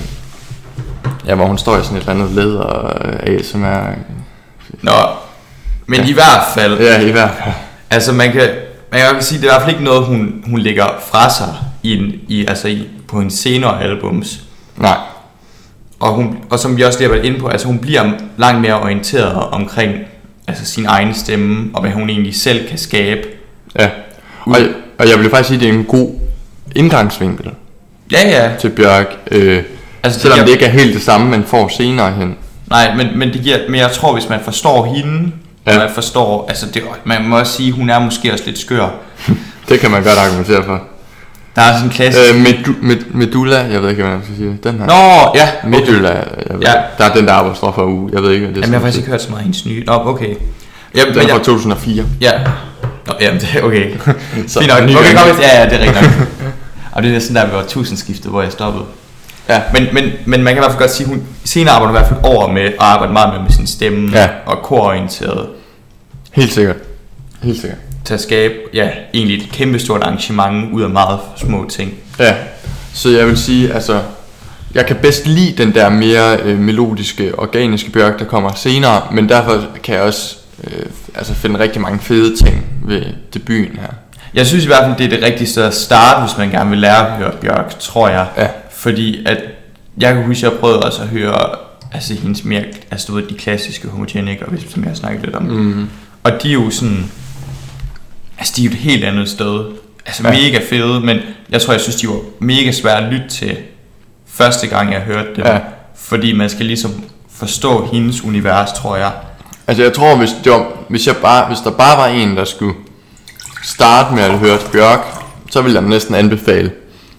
ja, hvor hun står i sådan et eller andet læder øh, som er... Nå, men ja. i hvert fald... Ja, i hvert fald. Altså, man kan... Man kan sige, det er i hvert fald ikke noget, hun, hun lægger fra sig i, en, i, altså i, på hendes senere albums. Nej. Og, hun, og som vi også lige har været inde på, altså hun bliver langt mere orienteret omkring altså sin egen stemme, og hvad hun egentlig selv kan skabe. Ja, og, og jeg vil faktisk sige, at det er en god indgangsvinkel. Ja, ja. Til Bjørk. Øh, altså, selvom det, jeg, det ikke er helt det samme, man får senere hen. Nej, men, men, det giver, men jeg tror, hvis man forstår hende, ja. og man forstår, altså det, man må også sige, hun er måske også lidt skør. Det kan man godt argumentere for. Der er sådan en klassisk... Øh, med, med, Medulla, jeg ved ikke, hvad man skal sige. Den her. Nå, ja. Okay. Medulla, jeg ved, ja. Der er den der arbejdstoffer uge, jeg ved ikke, hvad det er. Jamen, jeg har faktisk ikke hørt så meget af hendes nye. Nå, okay. Jamen, den er fra to tusind og fire. Ja. Nå, jamen, det er okay. Så, fint nok. Okay, okay, kom, ja, ja, det er rigtigt nok. Og det er sådan der ved årtusindskiftet, hvor jeg stoppede. Ja. Men, men, men man kan i hvert fald godt sige, at hun senere arbejder i hvert fald over med at arbejde meget med, med sin stemme ja. og kororienteret. Helt sikkert. Helt sikkert. Til at skabe, ja, egentlig et kæmpestort arrangement ud af meget små ting. Ja, så jeg vil sige, altså, jeg kan bedst lide den der mere øh, melodiske, organiske Bjørk, der kommer senere, men derfor kan jeg også øh, altså finde rigtig mange fede ting ved debuten her. Jeg synes i hvert fald, det er det rigtige sted at starte, hvis man gerne vil lære at høre Bjørk, tror jeg. Ja. Fordi at, jeg kan huske, at jeg prøvede også at høre, altså hendes mere, altså du ved, de klassiske Homogenic, og som jeg har snakket lidt om. Mm. Og de er jo sådan, altså de er jo et helt andet sted. Altså ja. mega fede, men jeg tror, jeg synes, de var mega svære at lytte til første gang, jeg hørte det. Ja. Fordi man skal ligesom forstå hendes univers, tror jeg. Altså jeg tror, hvis, det var, hvis, jeg bare, hvis der bare var en, der skulle starte med at høre Bjørk, så ville jeg næsten anbefale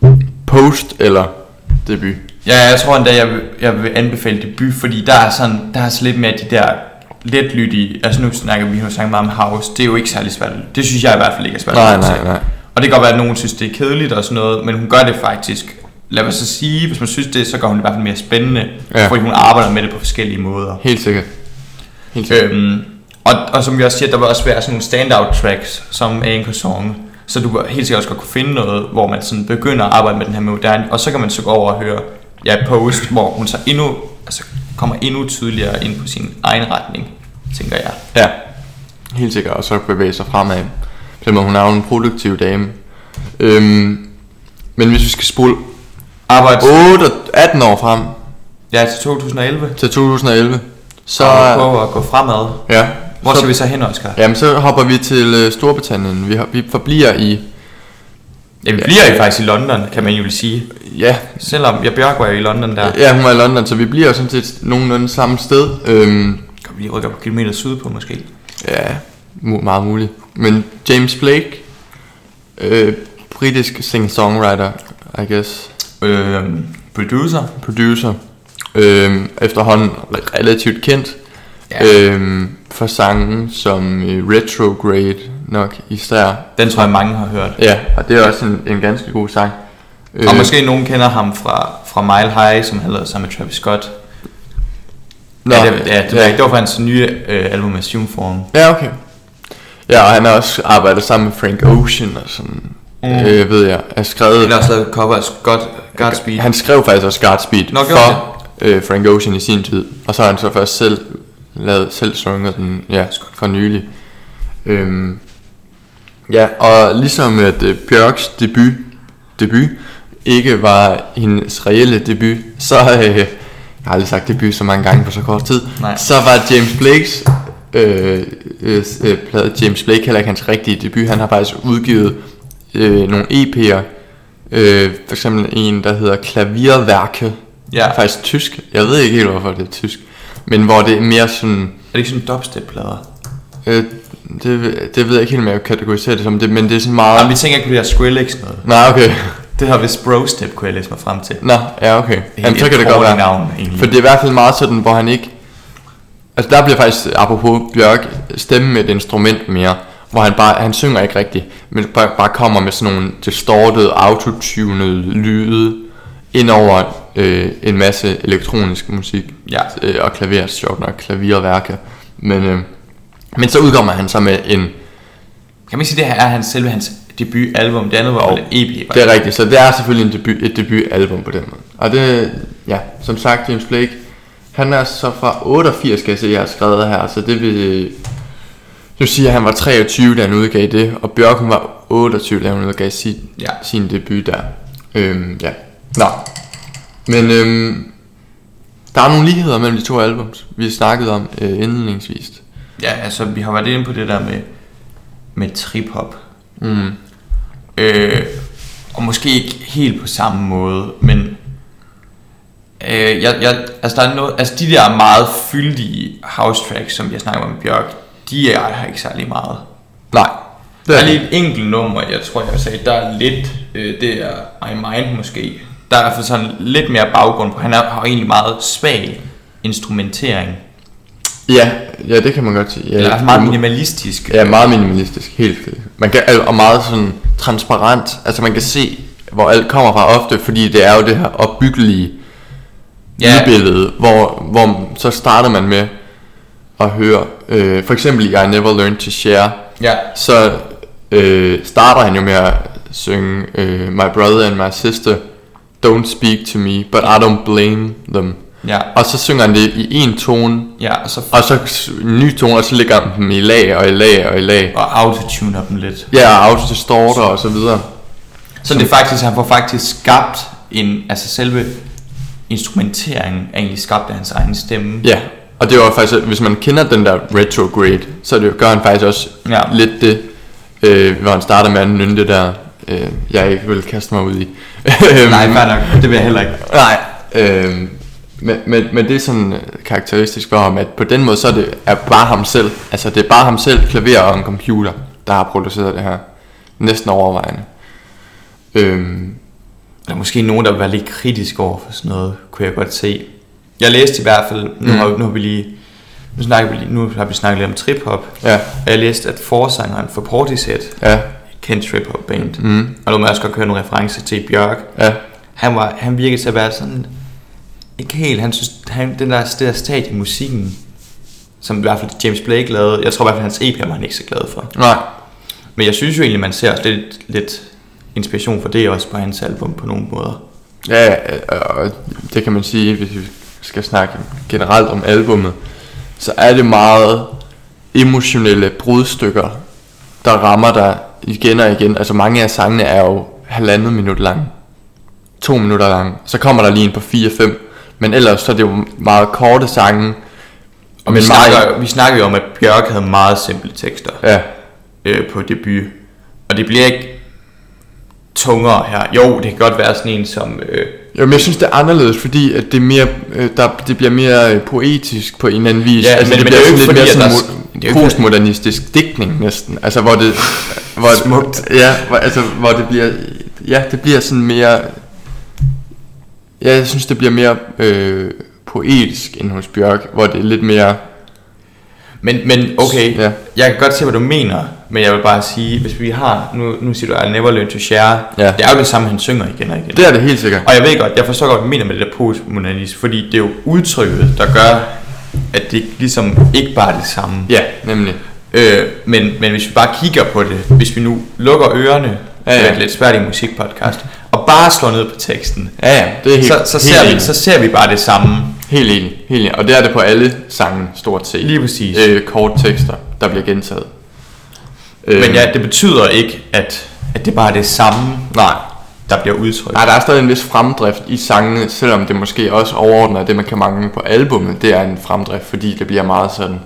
Post eller debut. Ja, jeg tror endda, jeg vil, jeg vil anbefale debut, fordi der er sådan, der er så lidt mere de der letlyttige, altså nu snakker vi nu snakker meget om house, det er jo ikke særlig svært. Det synes jeg i hvert fald ikke er svært. Nej, nej, nej. Og det kan godt være, at nogen synes, det er kedeligt og sådan noget, men hun gør det faktisk. Lad mig så sige, hvis man synes det, så gør hun det i hvert fald mere spændende, ja. fordi hun arbejder med det på forskellige måder. Helt sikkert. Helt sikkert. Øhm, og, og som vi også siger, der vil også være sådan nogle standout tracks, som anchor song, så du helt sikkert også godt kunne finde noget, hvor man sådan begynder at arbejde med den her moderne, og så kan man så gå over og høre, ja, Post, hvor hun så endnu, altså kommer endnu tydeligere ind på sin egen retning, tænker jeg. Ja, helt sikkert, og så bevæge sig fremad. Selvom hun er jo en produktiv dame. Øhm, men hvis vi skal spole arbejde otte, atten år frem. Ja, til to tusind og elleve. Til to tusind og elleve. Så og prøver at gå fremad. Ja. Hvor skal vi så hen, Oscar? Jamen, så hopper vi til Storbritannien. Vi, vi forbliver i... Ja, vi bliver jo faktisk i London, kan man jo vil sige. Ja. Selvom jeg Bjørk var jo i London der. Ja, hun var i London, så vi bliver sådan set nogenlunde samme sted. Øhm, kan vi lige rykke på kilometer sydpå måske? Ja, meget muligt. Men James Blake, øh, britisk singer-songwriter, I guess. Øh, producer. Producer. Øh, efterhånden relativt kendt. Ja. Øh, for sangen som uh, Retrograde nok især. Den tror jeg mange har hørt. Ja, og det er også en, en ganske god sang. Og øh, måske nogen kender ham fra, fra Mile High, som han lavede sammen med Travis Scott. Nå, ja, det, ja, det, ja. det var for hans nye øh, album med Assumeform. Ja, okay. Ja, og han har også arbejdet sammen med Frank Ocean og sådan, mm. øh, ved jeg. Han skrevet... Han har også lavet cover af Scott, Godspeed. Han skrev faktisk også Godspeed Nå, for øh, Frank Ocean i sin tid. Og så har han så først selv lavet, selv sunget den, ja, for nylig. Øhm, ja, og ligesom at øh, Bjørks debut, debut ikke var hendes reelle debut, så... Øh, jeg har aldrig sagt debut så mange gange på så kort tid. Nej. Så var James Blakes øh, øh, øh, plade, James Blake heller ikke hans rigtige debut. Han har faktisk udgivet øh, nogle E P'er, øh, for eksempel en der hedder Klavierværke. Ja. Faktisk tysk. Jeg ved ikke helt hvorfor det er tysk, men hvor det er mere sådan... Er det ikke sådan dubstep-plader? Øh, det, det ved jeg ikke helt mere, jeg kategoriserer det som det, men det er sådan meget... Jamen, vi tænker ikke på det her Skrillex noget. Nej, okay. Det har vist Brostep, kunne jeg læse mig frem til. Nå, ja, okay. Jamen, så kan det godt være navn, for det er i hvert fald meget sådan, hvor han ikke... Altså der bliver faktisk, apropos Bjørk, stemme med et instrument mere. hvor han bare, han synger ikke rigtigt, men bare, bare kommer med sådan nogle distorted, autotunede lyde ind over øh, en masse elektronisk musik, ja. øh, og klaver, sjovt nok, klaverværker. Men, øh, men så udkommer han så med en... Kan man sige, det her er hans, selve hans debutalbum, det andet var jo en E P. Det er rigtigt, så det er selvfølgelig en debut, et debutalbum på den måde. Og det, ja, som sagt, James Blake, han er så fra otteogfirs, skal jeg se, jeg har skrevet her, så det vil... Nu siger han var treogtyve, da han udgav det, og Bjørk var otteogtyve, da han udgav sin, ja. sin debut der. Øhm, ja. Nå. Men øhm, der er nogle ligheder mellem de to albums, vi har snakket om øh, indledningsvis. Ja, altså vi har været inde på det der med, med trip-hop. Mm. Øh, og måske ikke helt på samme måde, men øh, jeg, jeg, altså, der er noget, altså de der meget fyldige house tracks, som jeg snakker om med Bjørk, de er her ikke særlig meget. Nej. Der er lige et enkelt nummer, jeg tror jeg sagde, der er lidt, øh, det er I Mind måske. Der er i hvert fald sådan lidt mere baggrund på. Han er, har egentlig meget svag instrumentering. Ja, ja, det kan man godt sige. Ja, Eller meget minimalistisk. Ja, meget minimalistisk, helt man kan, og meget sådan transparent. Altså man kan se, hvor alt kommer fra ofte, fordi det er jo det her opbyggelige ja. billede, hvor, hvor så starter man med at høre, øh, for eksempel i I Never Learned to Share, ja. så øh, starter han jo med at synge øh, My brother and my sister don't speak to me, but I don't blame them. Ja. Og så synger han det i en tone, ja, og så, og så en ny tone, og så ligger han dem i lag og i lag og i lag. Og autotuner dem lidt. Ja, og autodistorter og så videre. Så det er faktisk, han får faktisk skabt en, altså selve instrumenteringen er egentlig skabt af hans egen stemme. Ja, og det var faktisk, hvis man kender den der retrograde, så det gør han faktisk også ja. lidt det, øh, hvor han starter med at nynne det der, øh, jeg ikke vil kaste mig ud i. Nej, fair nok, det vil jeg heller ikke. Nej, øh, men, men, men det er sådan karakteristisk for ham, at på den måde, så er det er bare ham selv, altså det er bare ham selv, klaver og en computer, der har produceret det her, næsten overvejende. Øh, Der er måske nogen, der vil være lidt kritisk over for sådan noget, kunne jeg godt se. Jeg læste i hvert fald, nu, mm. har, nu har vi lige, nu, snakker vi lige, nu har vi snakket lidt om trip-hop, ja. og jeg læste, at forsangeren for Portishead, ja. kendt trip-hop band, mm. og nu må jeg også godt køre nogle referencer til Bjørk, ja. han, var, han virkede til at være sådan, ikke helt, han synes, han, den der, det der stadie i musikken, som i hvert fald James Blake lavede, jeg tror i hvert fald hans E P var han ikke så glad for. Nej. Men jeg synes jo egentlig, man ser lidt, lidt inspiration for det også på hans album på nogle måder. Ja, og det kan man sige, hvis vi skal snakke generelt om albummet, så er det meget emotionelle brudstykker, der rammer dig igen og igen. Altså mange af sangene er jo halvandet minut lang, to minutter lang, så kommer der lige en på fire fem, men ellers så er det jo meget korte sange. Og vi snakker, vi snakker jo om, at Bjørk havde meget simple tekster ja. øh, på debut, og det bliver ikke tungere her. Jo, det kan godt være sådan en som øh... Jo, men jeg synes det er anderledes, fordi at det er mere, øh, der, det bliver mere øh, poetisk på en eller anden vis. Ja, altså, men, det men bliver det er jo lidt ikke mere fordi, sådan mo- postmodernistisk digtning næsten. Altså hvor det hvor smukt. Ja, hvor, altså hvor det bliver ja, det bliver sådan mere. Ja, jeg synes det bliver mere øh, poetisk end hos Bjørk, hvor det er lidt mere. Men, men okay, ja. Jeg kan godt se hvad du mener, men jeg vil bare sige, hvis vi har, nu, nu siger du I Never Learned to Share, ja. Det er jo det samme han synger igen og igen. Det er det helt sikkert. Og jeg ved godt, jeg forstår godt hvad du mener med det der postmodernisme, fordi det er jo udtrykket der gør, at det ligesom ikke bare er det samme. Ja, nemlig. øh, men, men hvis vi bare kigger på det, hvis vi nu lukker ørerne, ja, ja. Et lidt svært musikpodcast, og bare slår ned på teksten, ja, ja, det er helt, så, så, ser helt vi, så ser vi bare det samme. Helt enig, helt enig. Og det er det på alle sange stort set. Lige præcis. Øh, kort tekster, der bliver gentaget. Men ja, det betyder ikke, at, at det bare er det samme, nej, der bliver udtrykt. Nej, der er stadig en vis fremdrift i sangene, selvom det måske også overordner det, man kan mangle på albummet. Det er en fremdrift, fordi det bliver meget sådan,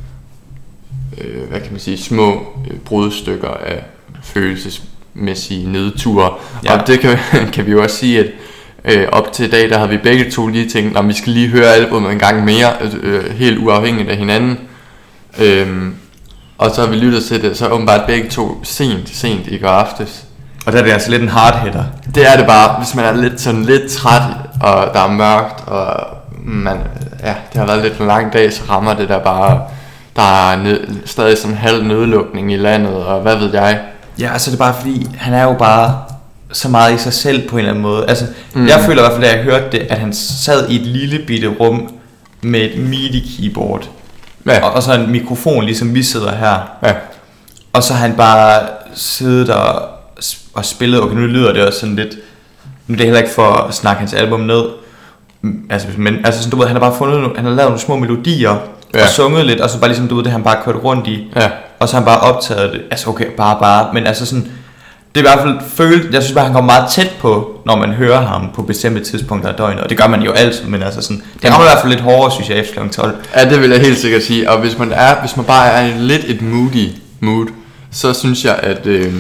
øh, hvad kan man sige, små øh, brudstykker af følelsesmæssige nedture. Ja. Og det kan, kan vi jo også sige, at øh, op til i dag, der havde vi begge to lige tænkt, at vi skal lige høre albummet en gang mere, øh, helt uafhængigt af hinanden. Øh, Og så har vi lyttet til det, så åbenbart begge to sent, sent i går aftes. Og der er det altså lidt en hardhitter. Det er det bare, hvis man er lidt sådan lidt træt, og der er mørkt, og man, ja, det har været lidt en lang dag, så rammer det der bare, der er ned, stadig sådan en halv nedlukning i landet, og hvad ved jeg. Ja, altså det er bare fordi, han er jo bare så meget i sig selv på en eller anden måde. Altså, mm. jeg føler i hvert fald, da jeg hørte det, at han sad i et lille bitte rum med et midi-keyboard. Ja. Og, og så en mikrofon, ligesom vi sidder her. Ja. Og så har han bare siddet og, og spillet, okay, nu lyder det også sådan lidt, nu er det heller ikke for at snakke hans album ned, altså, men altså sådan, du ved, han har bare fundet, han har lavet nogle små melodier, ja. Og sunget lidt, og så bare ligesom, du ved, det han bare kørt rundt i, ja. Og så har han bare optaget det, altså okay, bare bare, men altså sådan, det er i hvert fald følt, jeg synes bare, han kommer meget tæt på, når man hører ham på bestemte tidspunkter af døgnet, og det gør man jo altid, men altså sådan, det rammer i hvert fald lidt hårdere, synes jeg, efter klokken tolv. Ja, det vil jeg helt sikkert sige, og hvis man er, hvis man bare er i lidt et moody mood, så synes jeg, at øh,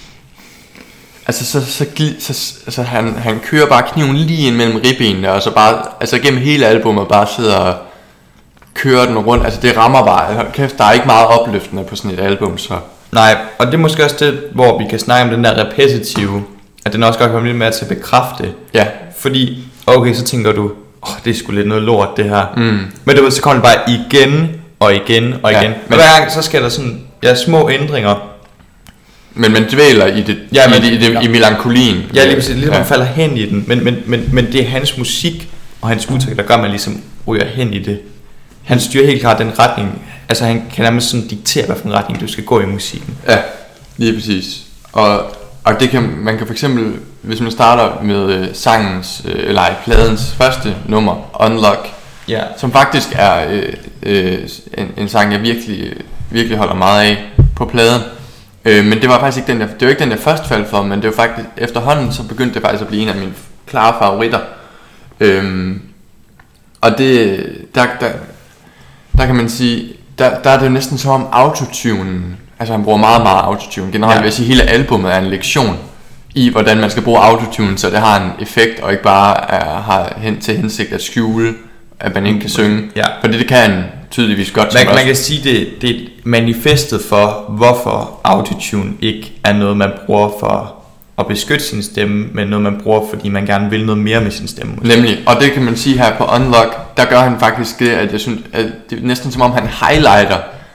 altså så, så, så, så altså, han, han kører bare kniven lige ind mellem ribbenene, og så bare, altså gennem hele albumet bare sidder og kører den rundt, altså det rammer bare, kæft, der er ikke meget opløftende på sådan et album, så. Nej, og det er måske også det, hvor vi kan snakke om den der repetitive, at den også godt kommer lidt mere til at bekræfte. Ja. Fordi, okay, så tænker du, åh, oh, det er sgu lidt noget lort det her. Mm. Men det, så kommer det bare igen og igen og igen. Ja, men hver gang, så sker der sådan, ja, små ændringer. Men man dvæler i det, ja, men, i, det, i, det, ja. i melankolien. Ja, lige præcis, ligesom ja. Man falder hen i den, men, men, men, men det er hans musik og hans udtryk, der gør, at man ligesom ryger hen i det. Han styrer helt klart den retning. Altså han kan nærmest sådan diktere, hvad for en retning du skal gå i musikken. Ja, lige præcis. Og, og det kan, man kan for eksempel, hvis man starter med øh, sangens, øh, eller ej, pladens første nummer, Unlock, ja. Som faktisk er øh, øh, en, en sang, jeg virkelig, virkelig holder meget af på pladen. Øh, men det var faktisk ikke den, jeg, det var ikke den, jeg først faldt for, men det var faktisk, efterhånden så begyndte det faktisk at blive en af mine klare favoritter. Øh, og det, der, der, der kan man sige, der, der er det jo næsten som om autotunen, altså han bruger meget, meget autotune. Generelt ja. Vil jeg sige, hele albumet er en lektion i, hvordan man skal bruge autotune, så det har en effekt, og ikke bare er, har hen til hensigt at skjule, at man ikke kan synge. Ja. Fordi det kan han tydeligvis godt. Man, man kan sige, det, det er manifestet for, hvorfor autotune ikke er noget, man bruger for at beskytte sin stemme, men noget, man bruger, fordi man gerne vil noget mere med sin stemme. Måske. Nemlig, og det kan man sige her på Unlock, der gør han faktisk det, at jeg synes, at det er næsten som om han highlighter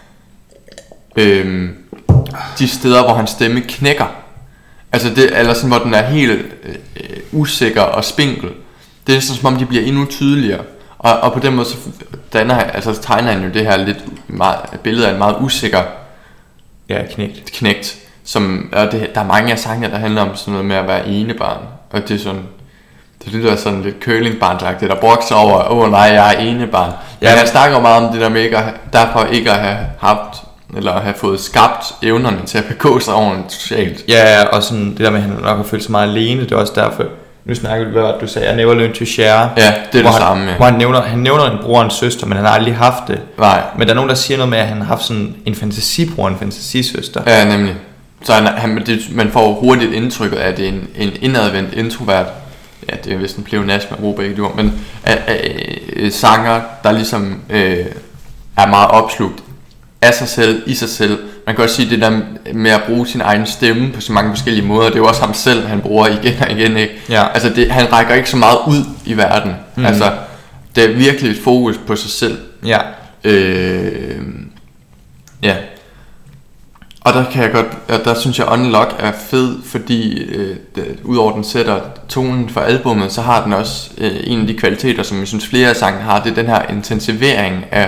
øhm, de steder, hvor hans stemme knækker. Altså det, eller sådan, hvor den er helt øh, usikker og spinkel. Det er næsten som om, de bliver endnu tydeligere. Og, og på den måde, så danner han, altså tegner han jo det her lidt meget, billede af en meget usikker ja, knægt. knægt. Som, og det, der er mange af sangene, der handler om sådan noget med at være enebarn. Og det er sådan, det lyder sådan lidt curlingbarnslagtigt, der brokser over, åh oh, nej, jeg er enebarn. Ja, men jeg snakker meget om det der med ikke at, derfor ikke at have haft, eller at have fået skabt evnerne til at begå sig ordentligt socialt. Ja, og sådan det der med, at han nok har følt sig meget alene, det er også derfor, nu snakker vi, hvad du sagde, I never learned to share. Ja, det er det samme, ja. Hvor han nævner, han nævner en bror og en søster, men han har aldrig haft det. Nej. Men der er nogen, der siger noget med, at han har haft sådan en fantasibror og en fantasisøster. Ja, nemlig. Så han, han, det, man får hurtigt indtrykket af, at det er en, en indadvendt introvert, ja, det er vist en pleonasme at bruge begge ord, men af, af, af, sanger, der ligesom øh, er meget opslugt af sig selv, i sig selv. Man kan også sige, det der med at bruge sin egen stemme på så mange forskellige måder, det er jo også ham selv, han bruger igen og igen, ikke? Ja. Altså det, han rækker ikke så meget ud i verden. Mm. Altså det er virkelig et fokus på sig selv. Ja. Øh, ja. Og der kan jeg godt, og der synes jeg Unlock er fed, fordi øh, udover den sætter tonen for albumet, så har den også øh, en af de kvaliteter, som jeg synes flere af sangene har, det er den her intensivering af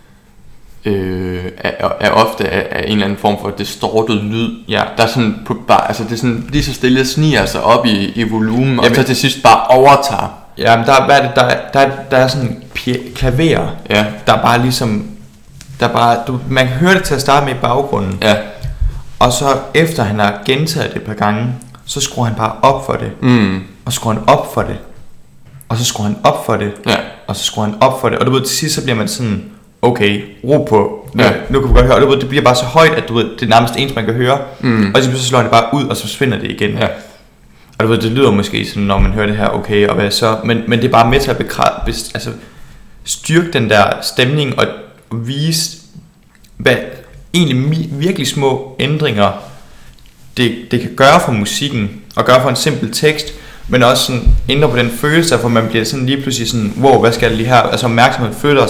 Øh, er, er ofte af, af en eller anden form for distorted lyd. Ja. Der er sådan på, bare, altså det er sådan lige så stille sniger sig op i, i volumen, og så til sidst bare overtager. Ja, men der, hvad er det, der, der, der er sådan klaver, ja. Der bare ligesom, der bare, du, man kan høre det til at starte med i baggrunden. Ja. Og så efter han har gentaget det et par gange, så skruer han bare op for det. Mm. Og skruer han op for det. Og så skruer han op for det. Ja. Og så skruer han op for det. Og du ved, til sidst så bliver man sådan, okay, ro på, nu, ja. Nu kan vi godt høre, og du ved, det bliver bare så højt, at du ved, det er nærmest eneste man kan høre, mm. og så slår han det bare ud, og så forsvinder det igen. Ja. Og du ved, det lyder måske sådan, når man hører det her, okay, og hvad så, men, men det er bare med til at bekræfte, altså styrke den der stemning, og vise, hvad egentlig virkelig små ændringer, det, det kan gøre for musikken, og gøre for en simpel tekst, men også sådan ændre på den følelse, for man bliver sådan lige pludselig sådan, wow, hvad skal jeg lige her, altså opmærksomheden føler sig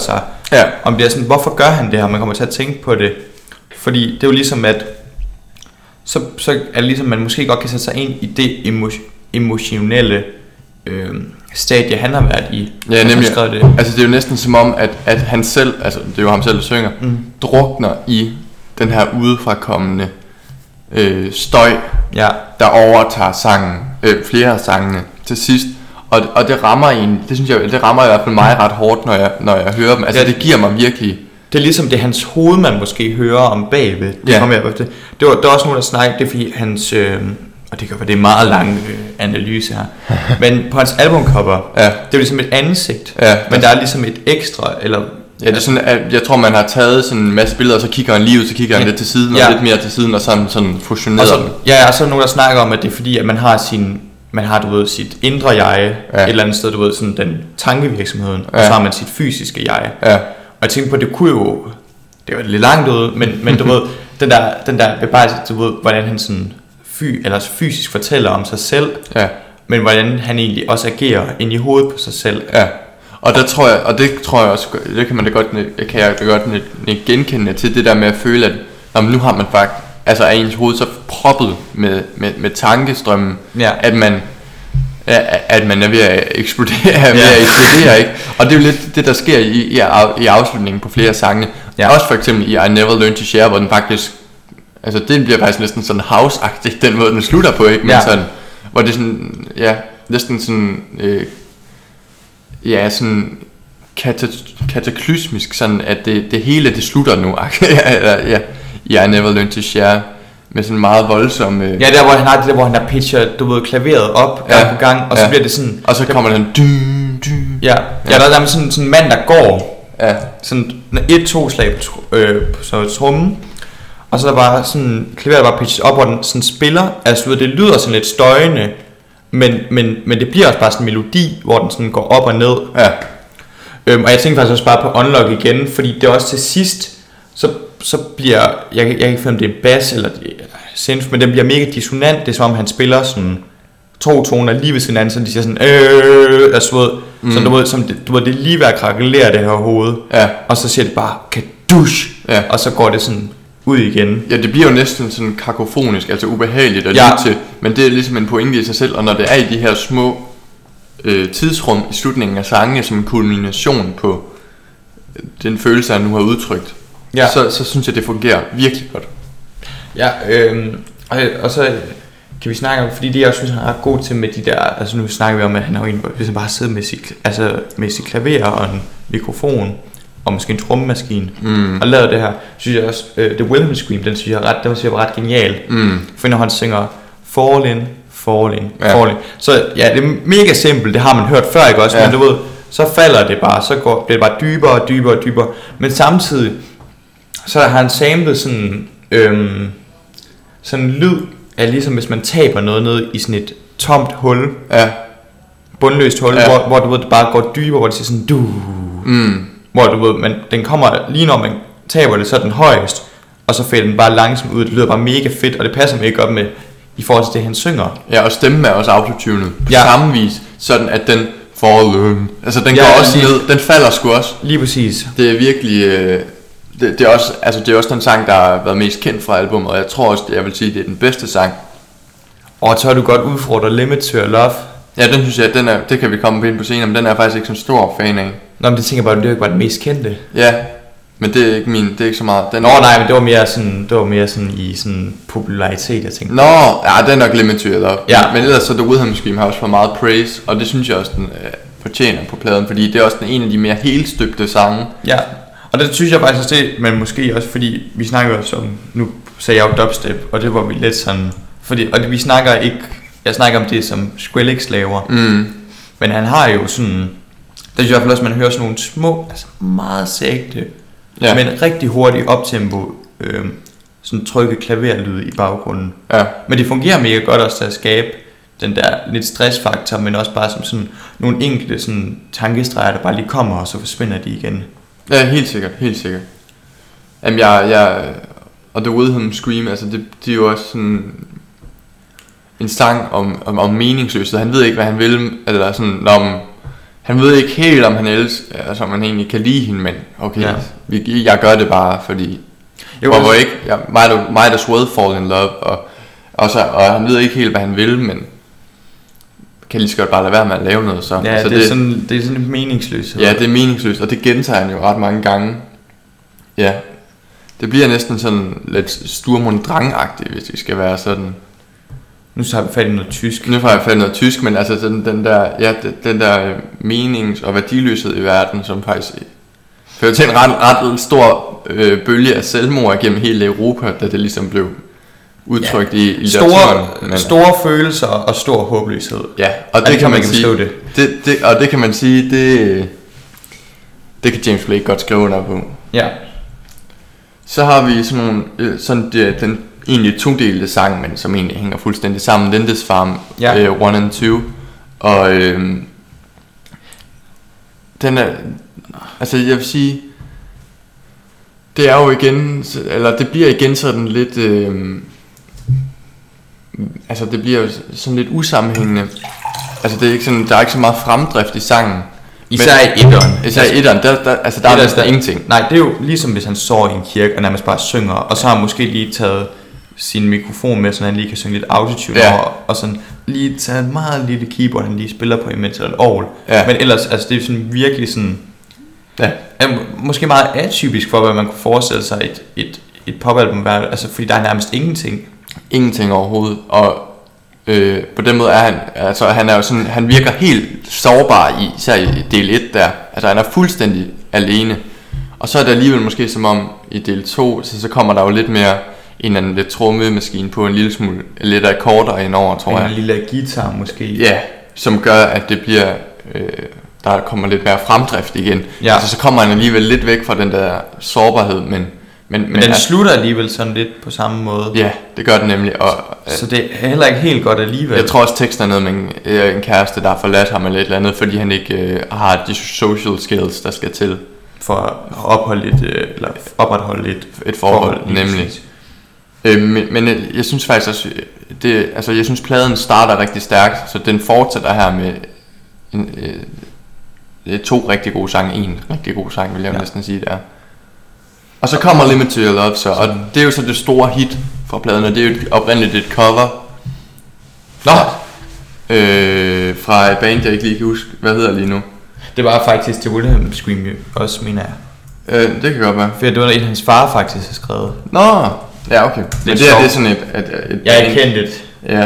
Ja. Om det er sådan, hvorfor gør han det her? Man kommer til at tænke på det. Fordi det er jo ligesom, at så, så er det ligesom, man måske godt kan sætte sig ind i det emo- emotionelle øh, stadie, han har været i. Ja, nemlig. Det. Altså det er jo næsten som om, at, at han selv, altså det er jo ham selv, der synger, mm. drukner i den her udefrakommende øh, støj, ja. der overtager sangen, øh, flere af sangene til sidst. Og, og det rammer en, det synes jeg, det rammer i hvert fald mig ret hårdt, når jeg, når jeg hører dem. Altså ja, det giver mig virkelig. Det er ligesom det er hans hoved, man måske hører om bagved. Det, ja. kommer jeg efter. Det var der var også nogen der snakkede, det er fordi hans øh, og det kan være det er meget lang øh, analyse her. Men på hans albumcover, ja. det er ligesom et ansigt, ja, men der er ligesom et ekstra eller ja, det er sådan, at jeg tror man har taget sådan en masse billeder, og så kigger han lige ud, så kigger han ja. lidt til siden ja. og lidt mere til siden, og sådan sådan fusioneret. Så, ja, og så er nogen der snakker om, at det er fordi at man har sin man har, du ved, sit indre jeg, ja. et eller andet sted, du ved, sådan den tankevirksomheden, ja. og så har man sit fysiske jeg. Ja. Og jeg tænkte på, det kunne jo, det var lidt langt ud, men, men du ved, den der, den der, bare, du ved, hvordan han sådan fy, eller fysisk fortæller om sig selv, ja. men hvordan han egentlig også agerer ind i hovedet på sig selv. Ja. Og der tror jeg, og det tror jeg også, det kan man da godt, kan jeg da godt genkende til det der med at føle, at når nu har man faktisk, altså er ens hoved så proppet med, med, med tankestrømmen, ja. at man at man er ved at eksplodere, er ved at eksplodere, ikke? Og det er jo lidt det, der sker i, i, i afslutningen på flere sange. Ja. Også for eksempel i I Never Learned to Share, hvor den faktisk, altså det bliver faktisk næsten sådan house-agtigt, den måde den slutter på, ikke? Men ja. sådan, hvor det er sådan, ja, næsten sådan, øh, ja, sådan kata- kataklysmisk, sådan at det, det hele, det slutter nu, ja, ja, i I Never Learned to Share. Med sådan meget voldsom øh... ja, der hvor han har det der hvor han der pitcher, du ved, klaveret op gang ja, på gang, og så ja. bliver det sådan, og så kommer der en dy, dy. Ja, ja, der er der sådan sådan en mand der går. Ja. Sådan et to slag på øh, så trommen. Og så er der bare sådan klaveret bare pitchet op, hvor den sådan spiller. Altså det lyder sådan lidt støjende, men men men det bliver også bare sådan en melodi, hvor den sådan går op og ned. Ja. Øhm, og jeg tænker faktisk også bare på Unlock igen, fordi det er også til sidst så så bliver jeg jeg kan ikke finde om det er bass eller synth, men den bliver mega dissonant. Det er som om han spiller sådan to toner lige ved sin anden, så de siger sådan øh, altså, du ved, mm. så du ved, som det, du ved, det er lige ved at krakelere det her hoved, ja. og så siger det bare kadush, ja. og så går det sådan ud igen. Ja, det bliver jo næsten sådan kakofonisk, altså ubehageligt at ja. lytte til, men det er ligesom en pointe i sig selv, og når det er i de her små øh, tidsrum i slutningen af sangene, som en kulmination på den følelse, han nu har udtrykt, ja. så, så synes jeg, det fungerer virkelig godt. Ja, øhm, og, og så kan vi snakke om, fordi det jeg synes han er ret god til med de der, altså nu snakker vi om at han har jo en, hvis han bare sidder med sit, altså med sit klaver og en mikrofon og måske en trommemaskine mm. og lavet det her, synes jeg også uh, The Wilhelm Scream, den synes jeg ret, den synes jeg var ret genial, mm. for når han synger fall in, fall in, ja. fall in, så ja, det er mega simpelt, det har man hørt før, ikke også, ja. Men du ved, så falder det bare, så går, bliver det bare dybere og dybere og dybere, men samtidig så har han samlet sådan øhm, sådan en lyd af ligesom hvis man taber noget ned i sådan et tomt hul, ja. bundløst hul, ja. hvor, hvor du ved det bare går dybere, hvor det siger sådan du, mm. hvor du ved man, den kommer lige når man taber det, så er den højest, og så falder den bare langsomt ud. Det lyder bare mega fedt, og det passer mig ikke op med i forhold til det han synger. Ja, og stemmen er også autotunet på ja. samme vis, sådan at den fallen, altså den ja, går også lige, ned, den falder sgu også. Lige præcis. Det er virkelig øh, det, det er også, altså det er også den sang der har været mest kendt fra albumet, og jeg tror også, jeg vil sige, det er den bedste sang. Og så har du godt udfordret Limit to Your Love. Ja, den synes jeg, den er, det kan vi komme ind på senere, men den er jeg faktisk ikke så stor fan af. Nå, men det tænker jeg bare, det er jo ikke bare den mest kendte. Ja, men det er ikke min, det er ikke så meget. Den Nå nej, men det var mere sådan, det var mere sådan i sådan popularitet, jeg tænkte. Nå, ja, den er nok Limit to Your Love. Ja. Men ellers så The Wilhelm Scream har også fået meget praise, og det synes jeg også, den øh, fortjener på pladen, fordi det er også den en af de mere helstøbte sange. Ja, og det synes jeg faktisk også det, men måske også fordi, vi snakker også om, nu sagde jeg jo dubstep, og det var vi lidt sådan, fordi, og vi snakker ikke, jeg snakker om det som Skrillex laver, mm. men han har jo sådan, det synes jeg i hvert fald også, man hører sådan nogle små, altså meget sægte, ja. Men rigtig hurtigt optempo, øh, sådan trykket klaverlyd i baggrunden. Ja. Men det fungerer mega godt også til at skabe den der lidt stressfaktor, men også bare som sådan nogle enkelte sådan tankestreger, der bare lige kommer, og så forsvinder de igen. Ja, helt sikkert, helt sikkert. Jamen jeg, jeg og The Wilhelm Scream, altså det, det er jo også sådan en sang om, om, om meningsløshed. Han ved ikke hvad han vil, eller sådan om han ved ikke helt, om han elsker, altså om han egentlig kan lide hende, men okay, ja. vi, jeg gør det bare, fordi, jo, hvorfor ikke, jeg, might, might as well fall in love, og, og, så, og han ved ikke helt, hvad han vil, men kan lige så godt bare lade være med at lave noget, så. Ja, så det, det, er sådan, det er sådan meningsløst. Ja, det er meningsløst, og det gentager han jo ret mange gange. Ja, det bliver næsten sådan lidt Sturm Drang-agtigt, hvis det skal være sådan. Nu så har vi fat i noget tysk. Nu har jeg fat i noget tysk, men altså den, den der, ja, den der menings- og værdiløshed i verden, som faktisk fører til en ret, ret stor øh, bølge af selvmord gennem hele Europa, da det ligesom blev udtrykt ja. i, i store, men, store følelser og stor håbløshed. Ja, og det, det kan man, man sige. Det. Det, det, og det kan man sige, det, det kan James Blake godt skrive under på. Ja. Så har vi sådan nogle, sådan det, den egentlig todelte sang, men som egentlig hænger fuldstændig sammen. Lindisfarne ja. uh, one and two. Og øh, den er, altså jeg vil sige, det er jo igen, eller det bliver igen sådan lidt, øh, altså det bliver sådan lidt usammenhængende. Altså det er ikke sådan, der er ikke så meget fremdrift i sangen. Især i etteren. Især i etteren, der, der, altså der er der ingenting. Nej, det er jo ligesom hvis han står i en kirke og nærmest bare synger, og så har han måske lige taget sin mikrofon med, så han lige kan synge lidt autotune ja. over, og sådan lige taget et meget lille keyboard, han lige spiller på imens, eller et orgel. Ja. Men ellers, altså det er sådan virkelig sådan, ja. er måske meget atypisk for, hvad man kunne forestille sig et, et, et popalbum være, altså fordi der er nærmest ingenting. Ingenting overhovedet, og Øh, på den måde er han, altså han er jo sådan, han virker helt sårbar i, især i del et der, altså han er fuldstændig alene, og så er det alligevel måske som om i del to, så, så kommer der jo lidt mere en eller anden lidt trommemaskine på, en lille smule, lidt akkorder indover, tror jeg. En lille guitar måske. Ja, som gør at det bliver, øh, der kommer lidt mere fremdrift igen, ja. Altså så kommer han alligevel lidt væk fra den der sårbarhed, men Men, men, men den slutter alligevel sådan lidt på samme måde. Ja, det gør den nemlig. Og, så det er heller ikke helt godt alligevel. Jeg tror også teksten er noget med en, en kæreste, der har forladt ham eller et eller andet, fordi han ikke øh, har de social skills, der skal til. For at opholde et, øh, eller opretholde et, et forhold, forhold nemlig. Øh, men, men jeg synes faktisk også, det, altså jeg synes pladen starter rigtig stærkt, så den fortsætter her med en, øh, to rigtig gode sange, en rigtig god sang, vil jeg ja. næsten sige det er. Og så kommer Limit to Your Love så, og det er jo så det store hit fra pladen, og det er jo oprindeligt et cover. Nå! Øh, fra et band, jeg ikke lige kan huske, hvad hedder lige nu? Det var faktisk til Wilhelm Scream også, mener jeg. Øh, det kan godt være. For det var noget, hans far faktisk har skrevet. Nå! Ja, okay. Det Men det er, det er sådan et... et, et jeg er kendt et. Ja.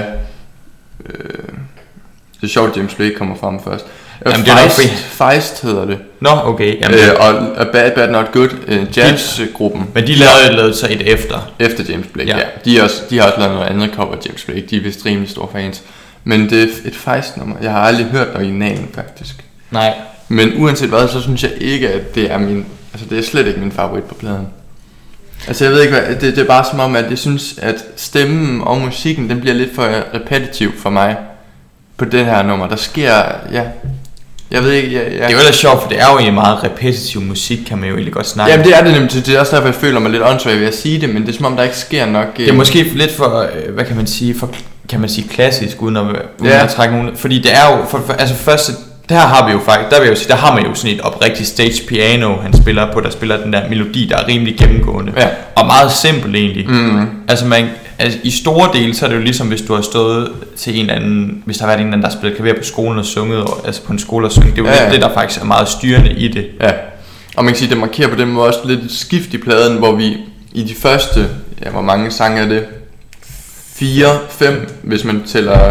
Øh, det er sjovt, at James Blake kommer frem først. Jamen, Feist, det Feist hedder det. Nå, okay. Jamen, øh, og Bad Bad Not Good, uh, jazzgruppen. Men de lavede ja. lavet så et efter. Efter James Blake, ja. ja. De, er også, de har også lavet noget andet cover af James Blake. De er vist rimelig store fans. Men det er et Feist-nummer. Jeg har aldrig hørt originalen, faktisk. Nej. Men uanset hvad, så synes jeg ikke, at det er min... Altså, det er slet ikke min favorit på pladen. Altså, jeg ved ikke hvad... Det, det er bare som om, at jeg synes, at stemmen og musikken, den bliver lidt for repetitiv for mig. På det her nummer. Der sker... Ja... Jeg ved ikke, jeg, jeg... Det er jo ellers sjovt, for det er jo egentlig meget repetitiv musik, kan man jo egentlig godt snakke. Jamen det er det nemlig, det er også derfor jeg føler mig lidt åndssvagt ved at sige det, men det er som om der ikke sker nok. Det er måske lidt for, hvad kan man sige, for, kan man sige klassisk, uden at, uden ja. at trække nogen, fordi det er jo, for, for, altså først, der har vi jo faktisk, der vil jeg jo sige, der har man jo sådan et oprigtigt stage piano, han spiller på, der spiller den der melodi, der er rimelig gennemgående, ja. og meget simpel egentlig. Mm-hmm. Altså man, altså i store dele, så er det jo ligesom hvis du har stået til en eller anden, hvis der har været en eller anden, der har spillet klaver på skolen og sunget, og, altså på en skole og sunget, det er jo ja, ja. det, der faktisk er meget styrende i det. Ja, og man kan sige, det markerer på den måde også lidt et skift i pladen, hvor vi i de første, ja hvor mange sange er det? Fire, fem, hvis man tæller,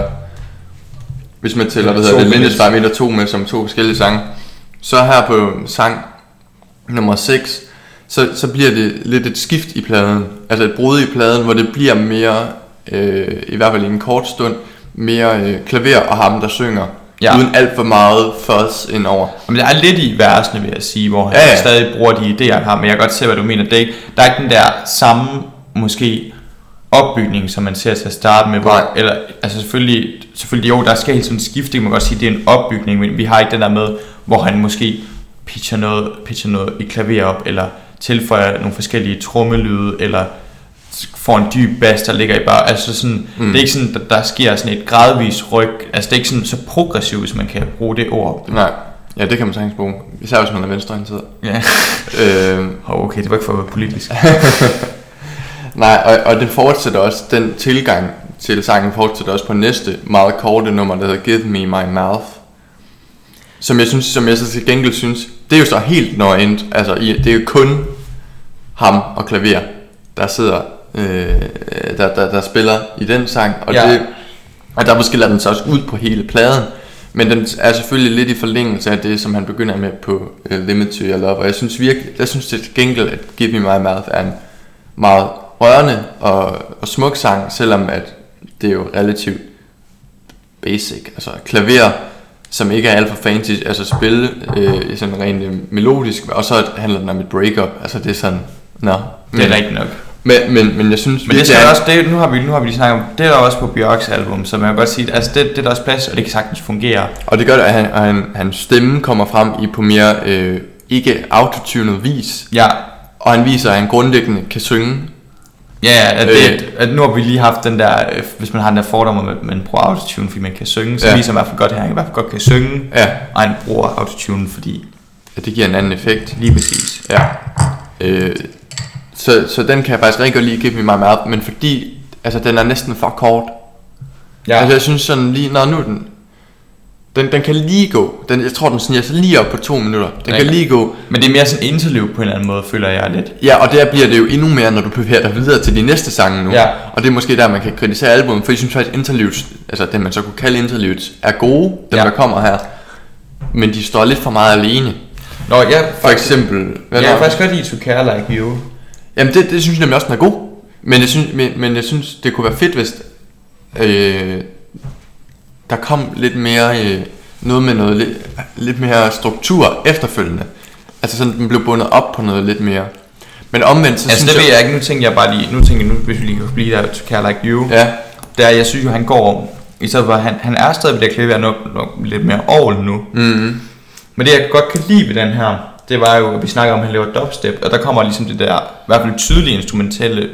hvis man tæller, hvad hedder det, Lindisfarne et og to med som to forskellige sange. Så her på sang nummer seks, Så, så bliver det lidt et skift i pladen, altså et brud i pladen, hvor det bliver mere, øh, i hvert fald i en kort stund, mere øh, klaver og ham, der synger, ja. uden alt for meget fuzz indover. Men der er lidt i versene, vil jeg sige, hvor han ja, ja. stadig bruger de idéer, han har, men jeg kan godt se, hvad du mener. Det er ikke, der er ikke den der samme, måske, opbygning, som man ser til at starte med, hvor, eller, altså selvfølgelig, selvfølgelig, jo, der skal helt sådan en skifting, man kan godt sige, det er en opbygning, men vi har ikke den der med, hvor han måske pitcher noget, pitcher noget i klaver op, eller tilføjer nogle forskellige trommelyde, eller får en dyb bass, der ligger i bare, altså sådan, mm. det er ikke sådan, der, der sker sådan et gradvis ryg, altså det er ikke sådan så progressivt, hvis man kan bruge det ord. Nej. Ja, det kan man sagtens bruge. Især hvis man er venstrehåndsæder. Ja. øh, okay, det var ikke for at være politisk. Nej, og, og det fortsætter også, den tilgang til sangen fortsætter også på næste meget korte nummer, der hedder Give Me My Mouth. Som jeg synes, som jeg så til gengæld synes, det er jo så helt nøgent. Altså, det er jo kun ham og klaver, der sidder, øh, der, der, der spiller i den sang. Og, ja. det, og derfor skiller den så også ud på hele pladen. Men den er selvfølgelig lidt i forlængelse af det, som han begynder med på uh, Limit to Your Love. Og jeg synes virkelig, jeg synes til gengæld, at Give Me My Mouth er en meget rørende og, og smuk sang, selvom at det er jo relativt basic. Altså klaver, som ikke er alt for fancy, altså spille øh, sådan rent øh, melodisk, og så handler den om et breakup. Altså det er sådan, nå. Det er rigtigt nok. Men, men, men jeg synes men det er også det, nu har vi nu har vi lige snakket om det, er der også på Bjørks album, så man kan godt sige, altså det, det er der også plads, og det kan sagtens fungere. Og det gør det, at han, han, hans stemme kommer frem i på mere øh, ikke autotunet vis. Ja. Og han viser, at han grundlæggende kan synge. Ja, at, det, øh, at nu har vi lige haft den der, øh, hvis man har den der fordom om, at man bruger autotune, fordi man kan synge, så ja. viser man i hvert fald godt, at han i hvert fald godt kan synge, ja. og han bruger autotune, fordi ja, det giver en anden effekt. Lige præcis. Ja. Øh, så, så den kan jeg faktisk rigtig godt lide, Give Me My Mouth, men fordi, altså den er næsten for kort. Ja. Altså jeg synes sådan lige, når nu den, den, den kan lige gå, den, jeg tror den sniger sig lige op på to minutter, den ja, kan lige gå. Men det er mere sådan interview på en eller anden måde, føler jeg lidt. Ja, og der bliver det jo endnu mere, når du bevæger dig videre til de næste sange nu. Ja. Og det er måske der, man kan kritisere albumet, for jeg synes faktisk interludes, altså det man så kunne kalde interludes, er gode, dem ja. der kommer her. Men de står lidt for meget alene. Nå, ja, for eksempel. Jeg har faktisk godt lide To Care Like You. Jamen det, det synes jeg nemlig også, den er god. Men jeg synes, men, men jeg synes det kunne være fedt, hvis øh, der kom lidt mere øh, noget med noget lidt, lidt mere struktur efterfølgende. Altså sådan den blev bundet op på noget lidt mere. Men omvendt så altså synes det ved jeg, jeg ikke. Nu tænker jeg bare lige, nu tænker jeg nu, hvis vi lige kan blive der To Care Like You. Ja. Der jeg synes jo han går, i stedet for han han er stadig ved det klaver nok, nok lidt mere orgel nu. Mhm. Men det jeg godt kan lide ved den her, det var jo, at vi snakker om, at han laver dubstep, og der kommer ligesom det der, i hvert fald tydelige instrumentelle,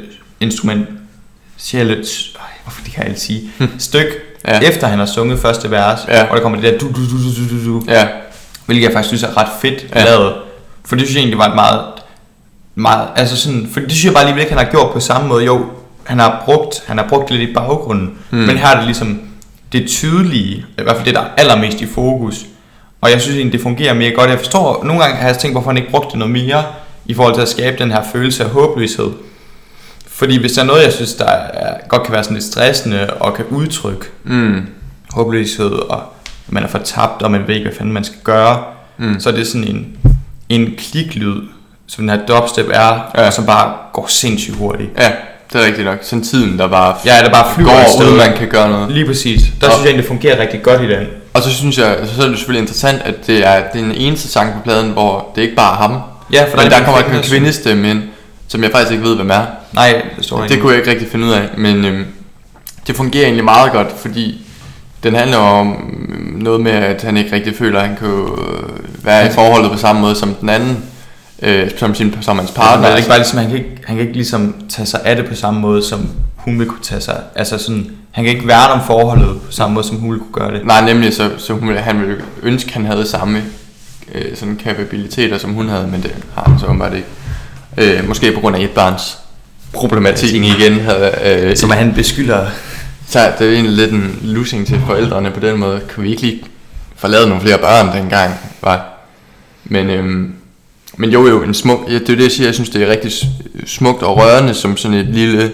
instrumentelle, hvorfor det kan jeg ikke sige, styk, ja. efter han har sunget første vers, ja. og der kommer det der du du du du du du, ja. hvilket jeg faktisk synes er ret fedt ja. lavet, for det synes jeg egentlig var et meget, meget, altså sådan, for det synes jeg bare lige ikke, han har gjort på samme måde, jo, han har brugt, han har brugt lidt i baggrunden, hmm. men her er det ligesom det tydelige, i hvert fald det der er allermest i fokus. Og jeg synes egentlig, det fungerer mere godt. Jeg forstår, nogle gange har jeg tænkt, hvorfor han ikke brugte det noget mere, i forhold til at skabe den her følelse af håbløshed. Fordi hvis der er noget, jeg synes, der er, godt kan være sådan lidt stressende, og kan udtrykke mm. håbløshed, og man er fortabt, og man ved ikke, hvad fanden man skal gøre, mm. så er det sådan en, en kliklyd, som den her dubstep er, ja. og som bare går sindssygt hurtigt. Ja, det er rigtigt nok. Sådan tiden, der bare, ja, der bare flyver går, uden man kan gøre noget. Lige præcis. Der og synes jeg egentlig, det fungerer rigtig godt i den. Og så synes jeg, så er det selvfølgelig interessant, at det er den eneste sang på pladen, hvor det ikke bare er ham. Ja, for men der, der kommer en kvindestemme ind, som jeg faktisk ikke ved, hvem er. Nej, det står ikke. Det kunne jeg ikke rigtig finde ud af, men øhm, det fungerer egentlig meget godt, fordi den handler om noget med, at han ikke rigtig føler, at han kan øh, være i forholdet på samme måde som den anden, øh, som, sin, som hans partner. Ja, det er ikke bare ligesom, han kan ikke, han kan ikke ligesom tage sig af det på samme måde, som hun vil kunne tage sig. Altså sådan, han kan ikke værne om forholdet på samme måde, som hun ville kunne gøre det. Nej, nemlig, så, så hun, han ville ønske, at han havde samme øh, sådan kapabiliteter, som hun havde, men det har han så åbenbart ikke. Øh, måske på grund af et barns problematikken igen. Havde, øh, som han beskylder. Så det er egentlig lidt en losing til forældrene på den måde. Kan vi ikke lige forlade nogle flere børn dengang? Var. Men, øhm, men jo jo, en smuk, ja, det er det jeg siger, jeg synes det er rigtig smukt og rørende, som sådan et lille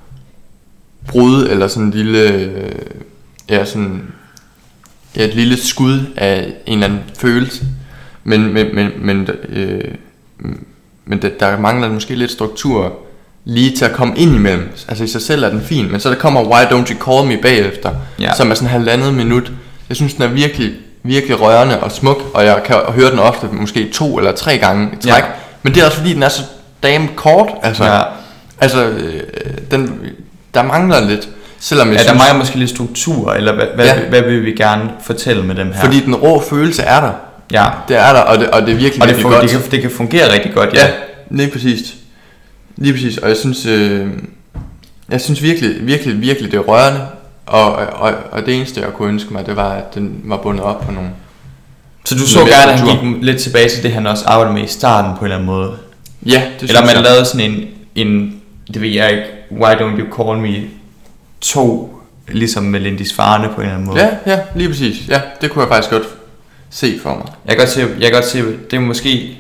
brud, eller sådan en lille, øh, ja sådan, ja, et lille skud af en eller anden følelse. Men, men, men, men, øh, men der, der mangler måske lidt struktur lige til at komme ind imellem. Altså i sig selv er den fin, men så der kommer Why Don't You Call Me bagefter, ja. Som er sådan en halvandet minut. Jeg synes den er virkelig, virkelig rørende og smuk, og jeg kan høre den ofte måske to eller tre gange i træk. Ja. Men det er også fordi den er så damn kort. Altså, ja. altså øh, den, der mangler lidt. Selvom jeg ja, synes, der mangler måske lidt struktur, eller hvad, hvad, ja. hvad, hvad vil vi gerne fortælle med dem her? Fordi den rå følelse er der. Ja. Det er der, og det, og det er virkelig, og det, virkelig fun- godt. Det kan, det kan fungere rigtig godt, ja. Ja, lige præcis. Lige præcis, og jeg synes, øh, jeg synes virkelig, virkelig, virkelig det er rørende, og, og, og det eneste jeg kunne ønske mig, det var, at den var bundet op på nogle, Så du så gerne, at han gik lidt tilbage til det, han også arbejdede med i starten på en eller anden måde? Ja, det Eller man jeg. lavede sådan en, en, det ved jeg ikke, Why Don't You Call Me to, ligesom med Lindis Farne på en eller anden måde. Ja, ja, lige præcis. Ja, det kunne jeg faktisk godt se for mig. Jeg kan godt se, jeg kan godt se det er måske,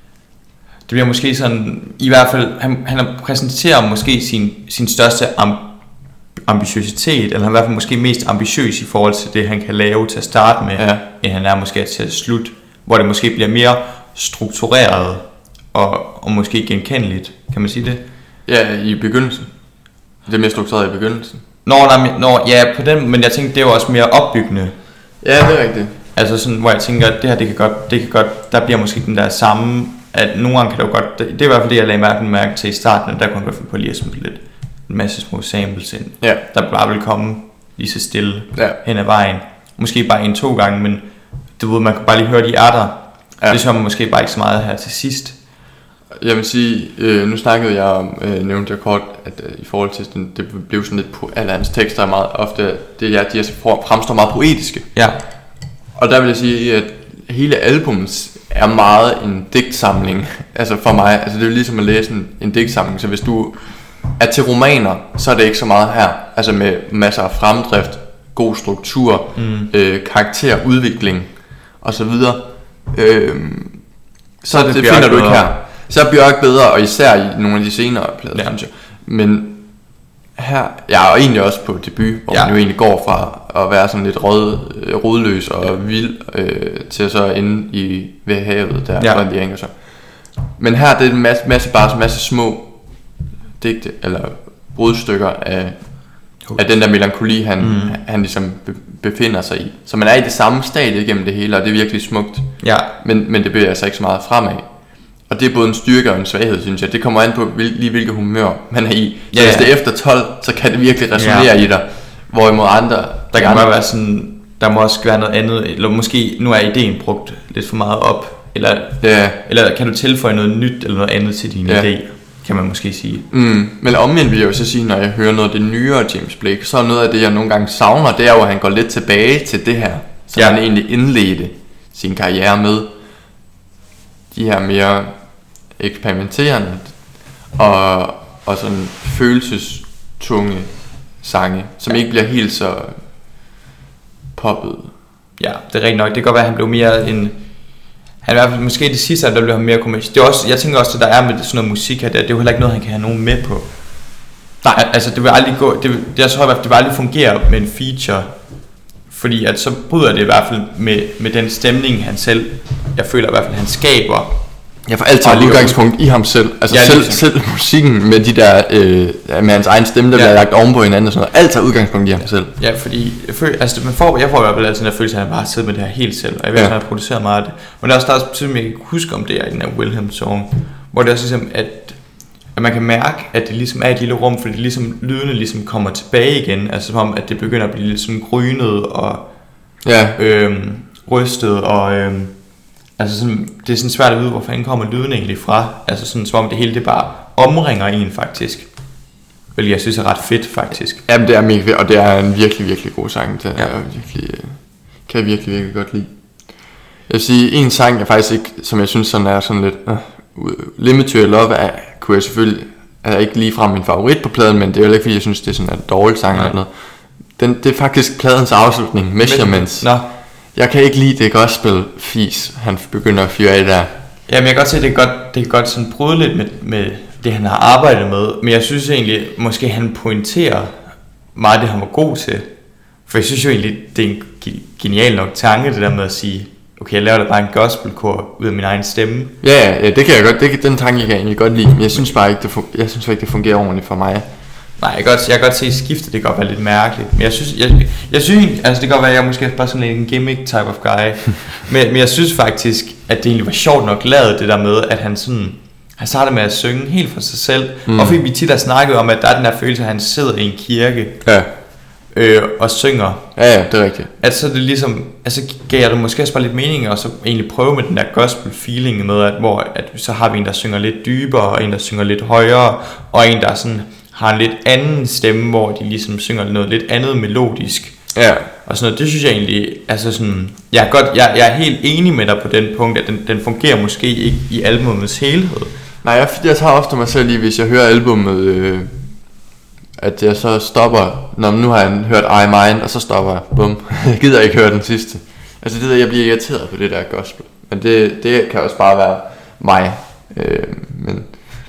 det bliver måske sådan, i hvert fald, han, han præsenterer måske sin, sin største amb, ambitiøsitet, eller han er i hvert fald måske mest ambitiøs i forhold til det, han kan lave til at starte med, ja. end han er måske til at slutte, hvor det måske bliver mere struktureret og, og måske genkendeligt, kan man sige det? Ja, i begyndelsen. Det er mere struktureret i begyndelsen. Nå, nej, nå, ja, på den, men jeg tænkte, det er jo også mere opbyggende. Ja, det er rigtigt. Altså sådan, hvor jeg tænker, at det her, det kan godt, det kan godt, der bliver måske den der samme, at nogle gange kan det jo godt, det, det er i hvert fald det, jeg lagde mærke, mærke til i starten, der kunne jeg godt finde på lige at smide lidt, en masse små samples ind, ja. Der bare vil komme lige så stille ja. hen ad vejen. Måske bare en, to gange, men du ved, man kan bare lige høre, de er der. Ja. Det så man måske bare ikke så meget her til sidst. Jeg vil sige, øh, nu snakkede jeg om, øh, nævnte jeg kort, at øh, i forhold til sådan, det blev sådan lidt på alle hans tekster er meget ofte, det er, de er fremstår meget poetiske. Ja. Og der vil jeg sige, at hele albumet er meget en digtsamling, altså for mig, altså det er jo ligesom at læse en, en digtsamling, så hvis du er til romaner, så er det ikke så meget her, altså med masser af fremdrift, god struktur, mm. øh, karakterudvikling og så videre, øh, så, så det, det finder du ikke her. Så er Bjørk bedre, og især i nogle af de senere plader, ja. Synes jeg. Men her, ja, og egentlig også på debut, hvor ja. Man jo egentlig går fra at være sådan lidt rød, rodløs og ja. Vild, øh, til så ende i ved havet der, ja. Og så. Men her det er en masse, masse bare en masse små digte eller brudstykker af af den der melankoli han mm. han ligesom befinder sig i. Så man er i det samme stadie gennem det hele, og det er virkelig smukt. Ja. Men men det bevæger altså ikke så meget fremad. Og det er både en styrke og en svaghed, synes jeg. Det kommer an på hvil, lige hvilket humør man er i. Så ja, hvis det er efter tolv, så kan det virkelig resonere ja. I dig. Hvorimod andre, der kan bare være sådan, der må også være noget andet, eller måske nu er ideen brugt lidt for meget op, eller ja. Eller kan du tilføje noget nyt eller noget andet til din ja. Idé, kan man måske sige. Mm, men omvendt vil jeg jo så sige, når jeg hører noget af det nyere James Blake, så er noget af det jeg nogle gange savner, det er jo at han går lidt tilbage til det her, som ja. Han egentlig indledte sin karriere med. De her mere eksperimenterende og, og sådan følelsestunge sange, som ja. Ikke bliver helt så poppet. Ja, det er rigtigt nok. Det kan godt være, at han blev mere en... Han i hvert fald måske det sidste, der blev han mere kommerciel. Det er også, jeg tænker også, at der er med sådan noget musik her, det er jo heller ikke noget, han kan have nogen med på. Nej, altså det vil aldrig gå... Det, vil, det jeg tror i hvert fald, det vil aldrig fungere med en feature. Fordi at så bryder det i hvert fald med, med den stemning, han selv... Jeg føler i hvert fald, han skaber... Jeg får altid et udgangspunkt i ham selv. Altså ja, selv, ligesom. selv musikken med de der øh, med hans egen stemme, der ja. Bliver lagt ovenpå hinanden og sådan noget. Altid udgangspunkt i ham selv. Ja, fordi jeg, føler, altså, man får, jeg får i hvert fald altid den følelse, at han bare har siddet med det her helt selv. Og jeg ved, ja. At han har produceret meget af det. Men der er også der er også, jeg kan huske om det her i den her Wilhelm song, hvor det også ligesom, at, at man kan mærke, at det ligesom er et lille rum, fordi det ligesom, lydene ligesom kommer tilbage igen. Altså som om, at det begynder at blive lidt sådan grynet og ja. øhm, rystet og... Øhm, Altså sådan, det er sådan svært at vide, hvor fanden kommer lyden egentlig fra. Altså sådan, som om det hele det bare omringer en faktisk. Hvilket jeg synes er ret fedt faktisk. Jamen det er mega fedt, og det er en virkelig, virkelig god sang. Det er ja. virkelig, kan jeg virkelig, virkelig godt lide. Jeg vil sige, en sang jeg faktisk ikke, som jeg synes sådan er sådan lidt uh, Limit to Your Love, er, kunne jeg selvfølgelig, er ikke ligefrem min favorit på pladen, men det er jo ikke fordi jeg synes det er sådan en dårlig sang eller noget. Den, det er faktisk pladens afslutning, Measurements. Nå. Jeg kan ikke lide det gospel fis han begynder at fyre af der. Jamen jeg kan godt se, at det er godt, det kan godt sådan bryde lidt med, med det han har arbejdet med. Men jeg synes egentlig, måske han pointerer meget det han var god til. For jeg synes jo egentlig, det er en genial nok tanke, det der med at sige, okay, jeg laver da bare en gospelkor ud af min egen stemme. Ja, ja, det kan jeg godt, det, den tanke kan jeg egentlig godt lide. Men jeg synes bare ikke, det, jeg synes ikke, det fungerer ordentligt for mig. Nej, jeg kan godt, jeg kan godt se skiftet, det kan godt være lidt mærkeligt. Men jeg synes, jeg, jeg synes altså det kan godt være, at jeg måske er bare sådan en gimmick type of guy. men, men jeg synes faktisk, at det egentlig var sjovt nok lavet, det der med, at han sådan, han starter med at synge helt for sig selv. Mm. Og fordi vi tit har snakket om, at der er den der følelse, at han sidder i en kirke ja. øh, og synger. Ja, ja, det er rigtigt. At så det ligesom, altså gav jeg det måske også bare lidt mening, og så egentlig prøve med den der gospel feeling med, at, hvor at, så har vi en, der synger lidt dybere, og en, der synger lidt højere, og en, der sådan... har en lidt anden stemme, hvor de ligesom synger noget lidt andet melodisk. Ja. Og sådan noget, det synes jeg egentlig, altså sådan, jeg er, godt, jeg, jeg er helt enig med dig på den punkt, at den, den fungerer måske ikke i albumets helhed. Nej, jeg, jeg tager ofte mig selv i, hvis jeg hører albummet, øh, at jeg så stopper, når nu har jeg hørt I Mine, og så stopper jeg, bum, jeg gider ikke høre den sidste. Altså det der, jeg bliver irriteret på det der gospel, men det, det kan også bare være mig, øh, men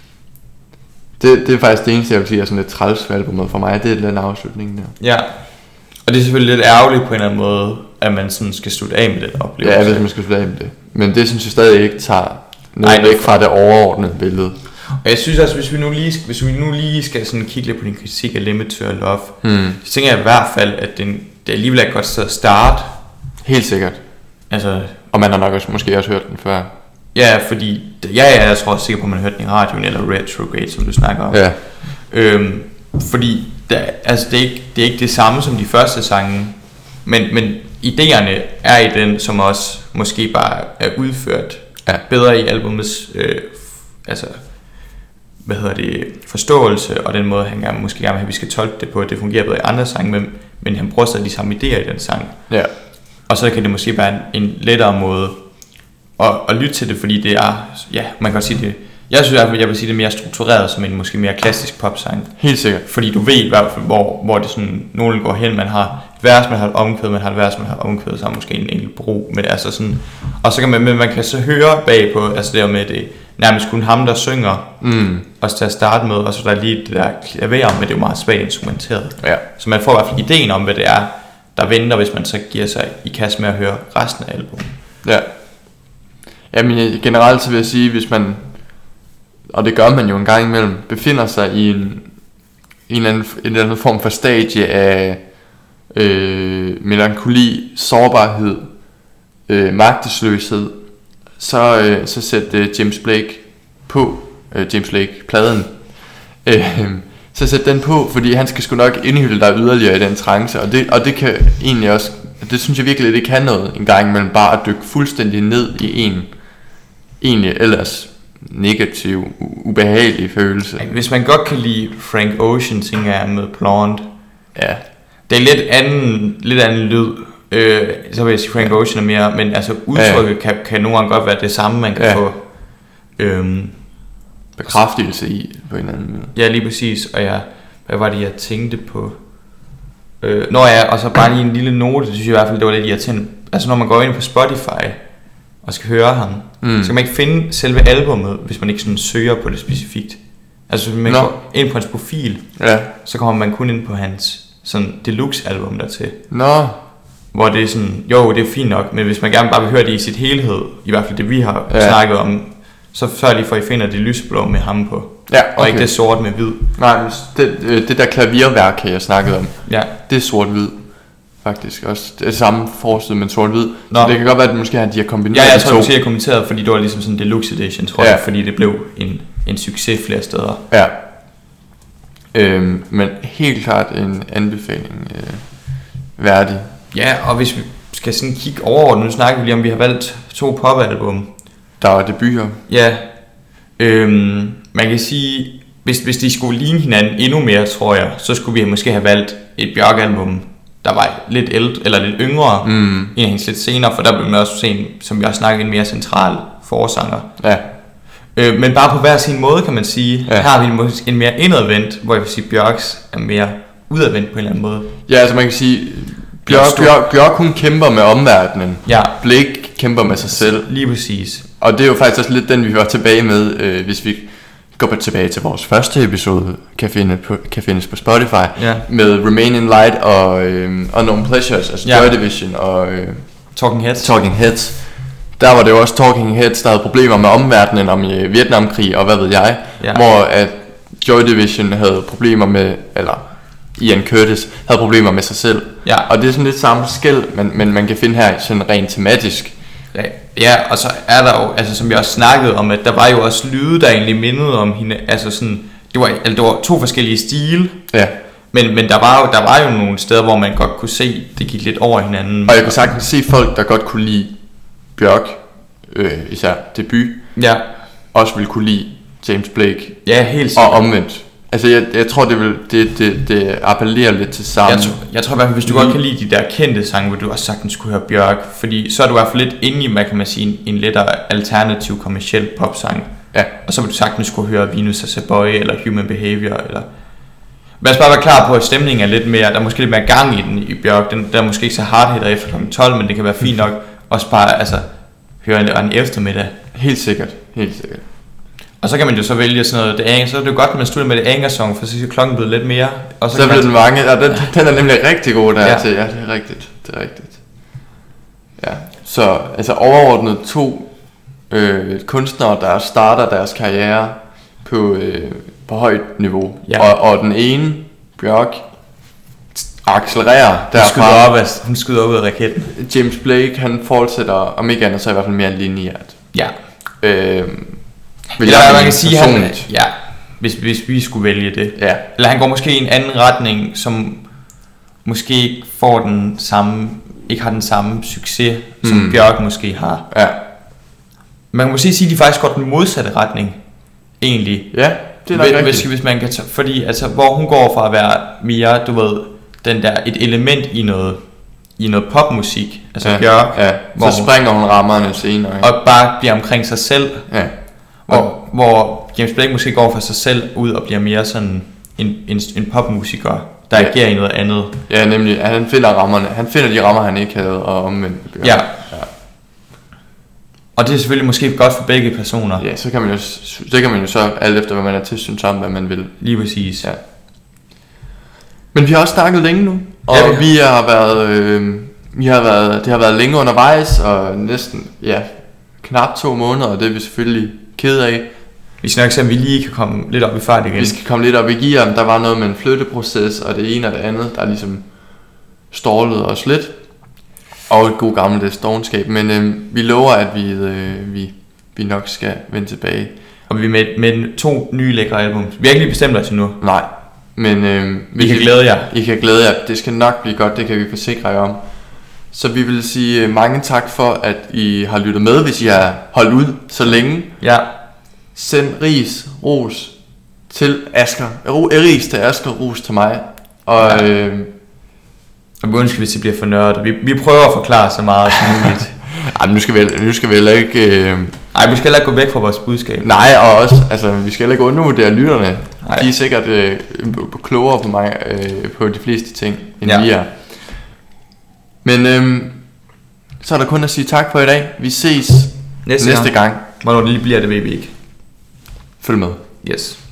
det, det er faktisk det eneste, jeg vil sige, er sådan lidt træls ved albumet for mig, det er den afslutning der. Ja, og det er selvfølgelig lidt ærgerligt på en eller anden måde, at man sådan skal slutte af med den oplevelse. Ja, hvis man skal slutte af med det, men det synes jeg stadig ikke tager noget væk fra det overordnede billede. Og jeg synes også, hvis vi nu lige, hvis vi nu lige skal sådan kigge lidt på din kritik af Limit to Your Love, hmm. så tænker jeg i hvert fald, at den, det alligevel er et godt sted at starte. Helt sikkert. Altså, og man har nok også, måske også hørt den før. Ja, fordi ja, ja, jeg tror også sikker på, at man har hørt den i radioen, eller Retrograde, som du snakker om. Ja. Øhm, fordi der, altså, det, er ikke, det er ikke det samme som de første sange, men, men idéerne er i den, som også måske bare er udført ja. bedre i albumets øh, altså, hvad hedder det, forståelse, og den måde, han gerne, måske gerne vil have, at vi skal tolke det på, at det fungerer bedre i andre sange, men, men han bruger sig de samme idéer i den sang. Ja. Og så kan det måske være en, en lettere måde at, at lytte til det, fordi det er, ja, man kan sige det, jeg synes i hvert fald, jeg vil sige det mere struktureret, som en måske mere klassisk popsang. Helt sikkert. Fordi du ved i hvert fald, hvor, hvor det sådan, nogen går hen, man har et vers, man har et omkvæd, man har et vers, man har et omkvæd, så har måske en enkelt bro med det, altså sådan, og så kan man, men man kan så høre bagpå, altså det med det, nærmest kun ham, der synger, mm. også til at starte med, og så der er lige det der klaver, men det er jo meget svagt instrumenteret. Ja. Så man får i hvert fald ideen om, hvad det er, der venter, hvis man så giver sig i kast med at høre resten af albumet. Ja. Jamen generelt så vil jeg sige, hvis man, og det gør man jo en gang imellem, befinder sig i en, en, eller, anden, en eller anden form for stadie af øh, melankoli, sårbarhed, øh, magtesløshed, så, øh, så sæt øh, James Blake på, øh, James Blake pladen, øh, så sæt den på, fordi han skal sgu nok indhylde dig yderligere i den trance, og det, og det kan egentlig også, det synes jeg virkelig, det kan noget en gang imellem, bare at dykke fuldstændig ned i en egentlig ellers negativ, ubehagelig følelse. Hvis man godt kan lide Frank Ocean, tænker jeg med Blonde. Ja. Det er lidt anden, lidt anden lyd. Øh, så vil jeg sige Frank Ocean er mere, men altså udtrykket ja. kan, kan nogle gange godt være det samme, man kan ja. få øhm, bekræftelse i på en anden måde. Ja, lige præcis. Og jeg, hvad var det jeg tænkte på? Øh, når jeg og så bare lige en lille note, det synes jeg i hvert fald det var lidt irriterende. Altså når man går ind på Spotify og skal høre ham, mm. så kan man ikke finde selve albummet, hvis man ikke sådan søger på det specifikt. Altså hvis man no. går ind på hans profil, ja. så kommer man kun ind på hans sådan deluxe album dertil. Nå. Hvor det er sådan, jo det er fint nok, men hvis man gerne bare vil høre det i sit helhed, i hvert fald det vi har ja. snakket om, så sørg lige for at I finder det lyseblå med ham på. Ja, okay. Og ikke det sort med hvid. Nej, det, det der klaverværk, jeg snakkede om, ja. det er sort-hvid. Faktisk også. Det er samme forside, men sort-hvid. Så det kan godt være, at måske de har kombineret. Ja, jeg tror, de har kommenteret, fordi det var ligesom sådan en deluxe edition, tror ja. jeg, fordi det blev en, en succes flere steder. Ja. Øhm, men helt klart en anbefaling øh, værdig. Ja, og hvis vi skal sådan kigge over, nu snakker vi lige om, vi har valgt to popalbum. Der var debuter. Ja. Øhm, man kan sige, hvis, hvis de skulle ligne hinanden endnu mere, tror jeg, så skulle vi måske have valgt et Bjørk-album, der var lidt ældre, eller lidt yngre, mm. en af hendes lidt senere, for der blev man også se, som vi også snakkede, en mere central forsanger. Ja. Øh, men bare på hver sin måde, kan man sige. Ja. Her har vi måske en mere indadvendt, hvor jeg vil sige, Bjørks er mere udadvendt på en eller anden måde. Ja, altså man kan sige, Bjørk, Bjørk, Bjørk hun kæmper med omverdenen. Ja. Blake kæmper med sig selv. Lige præcis. Og det er jo faktisk også lidt den, vi var tilbage med, øh, hvis vi går tilbage til vores første episode, kan, finde på, kan findes på Spotify, ja. med Remain in Light og øh, Unknown Pleasures, altså ja. Joy Division og øh, Talking Heads. Talking Heads. Der var det jo også Talking Heads, der havde problemer med omverdenen om øh, Vietnamkrig og hvad ved jeg, ja. hvor at Joy Division havde problemer med, eller Ian Curtis havde problemer med sig selv. Ja. Og det er sådan lidt samme skel, men, men man kan finde her sådan rent tematisk. Ja, ja, og så er der jo, altså som jeg også snakkede om, at der var jo også lyde, der egentlig mindede om hende, altså sådan, det var, altså, det var to forskellige stile, ja. men, men der, var jo, der var jo nogle steder, hvor man godt kunne se, det gik lidt over hinanden. Og jeg kunne sagtens se folk, der godt kunne lide Bjørk, øh, især debut, ja. også ville kunne lide James Blake, ja, helt og omvendt. Altså jeg, jeg tror det vil det, det, det appellerer lidt til sammen. Jeg, tror, jeg tror i hvert fald, hvis du mm. godt kan lide de der kendte sange, hvor du også sagtens skulle høre Bjørk, fordi så er du i hvert fald lidt inde i, hvad kan man sige, en, en lettere alternativ kommerciel popsang. Ja. Og så vil du sagtens skulle høre Venus og Savoy eller Human Behavior eller... Lad os bare være klar på, at stemningen er lidt mere, der er måske lidt mere gang i den i Bjørk. Den, der er måske ikke så hardhitter efter klokken tolv, men det kan være fint nok også bare altså høre en, en eftermiddag. Helt sikkert, helt sikkert. Og så kan man jo så vælge sådan noget, det er, så er det jo godt, at man slutter med det Anger-song, for så er klokken blevet lidt mere. Og så, så bliver den mange, og den, den er nemlig rigtig god der ja. til, ja, det er rigtigt, det er rigtigt. Ja, så altså overordnet to øh, kunstnere, der starter deres karriere på, øh, på højt niveau, ja. og, og den ene, Bjørk, accelererer derfra. Hun skyder op af, hun skyder op ud af raketten. James Blake, han fortsætter, om ikke andet så i hvert fald mere lineært. Ja. Øh, Eller man kan sige, han, ja, hvis, hvis vi skulle vælge det. Ja. Eller han går måske i en anden retning, som måske ikke får den samme, ikke har den samme succes, som mm. Bjørk måske har. Ja. Man kan måske sige, at de faktisk går den modsatte retning, egentlig. Ja, det er nok hvis, rigtigt. Hvis man kan tage, fordi altså, hvor hun går fra at være mere, du ved, den der, et element i noget, i noget popmusik, altså ja. Bjørk. Ja. Så springer hun rammerne senere. Og bare bliver omkring sig selv. Ja. Hvor, hvor James Blake måske går fra sig selv ud og bliver mere sådan en, en, en popmusiker, der ja. agerer i noget andet. Ja, nemlig, at han finder rammerne. Han finder de rammer, han ikke havde, og omvendt. Ja. ja. Og det er selvfølgelig måske godt for begge personer. Ja, så kan man jo, det kan man jo så alt efter, hvad man er tilsyns om, hvad man vil. Lige præcis. Ja. Men vi har også snakket længe nu, og ja, vi, vi har været, øh, vi har været, det har været længe undervejs, og næsten, ja, knap to måneder, og det er vi selvfølgelig ked af. Vi skal nok se, om vi lige kan komme lidt op i fart igen. Vi skal komme lidt op i gear. Der var noget med en flytteproces, og det ene og det andet, der ligesom stålede os lidt. Og et god gammeldags dovenskab. Men øh, vi lover, at vi, øh, vi, vi nok skal vende tilbage. Og vi med, med to nye lækre album. Vi har ikke lige bestemt os endnu. Nej. Men øh, vi kan glæde jer. I kan glæde jer. Det skal nok blive godt, det kan vi forsikre jer om. Så vi vil sige mange tak for, at I har lyttet med, hvis I har holdt ud så længe. Ja. Send ris, ros til Asger. Ris til Asger, ros til mig. Og, ja. øh, og vi ønsker, hvis det bliver for nørdet. Vi, vi prøver at forklare så meget som muligt. Ej, nu skal vi, nu skal vi heller ikke... Øh... Ej, vi skal heller ikke gå væk fra vores budskab. Nej, og også, altså, vi skal heller ikke undervurdere lytterne. Ej. De er sikkert øh, klogere på mig, øh, på de fleste ting, end ja. vi er. Men øh, så er der kun at sige tak for i dag. Vi ses næste, næste gang. gang. Hvornår det lige bliver, det ved vi ikke. Følg med. Yes.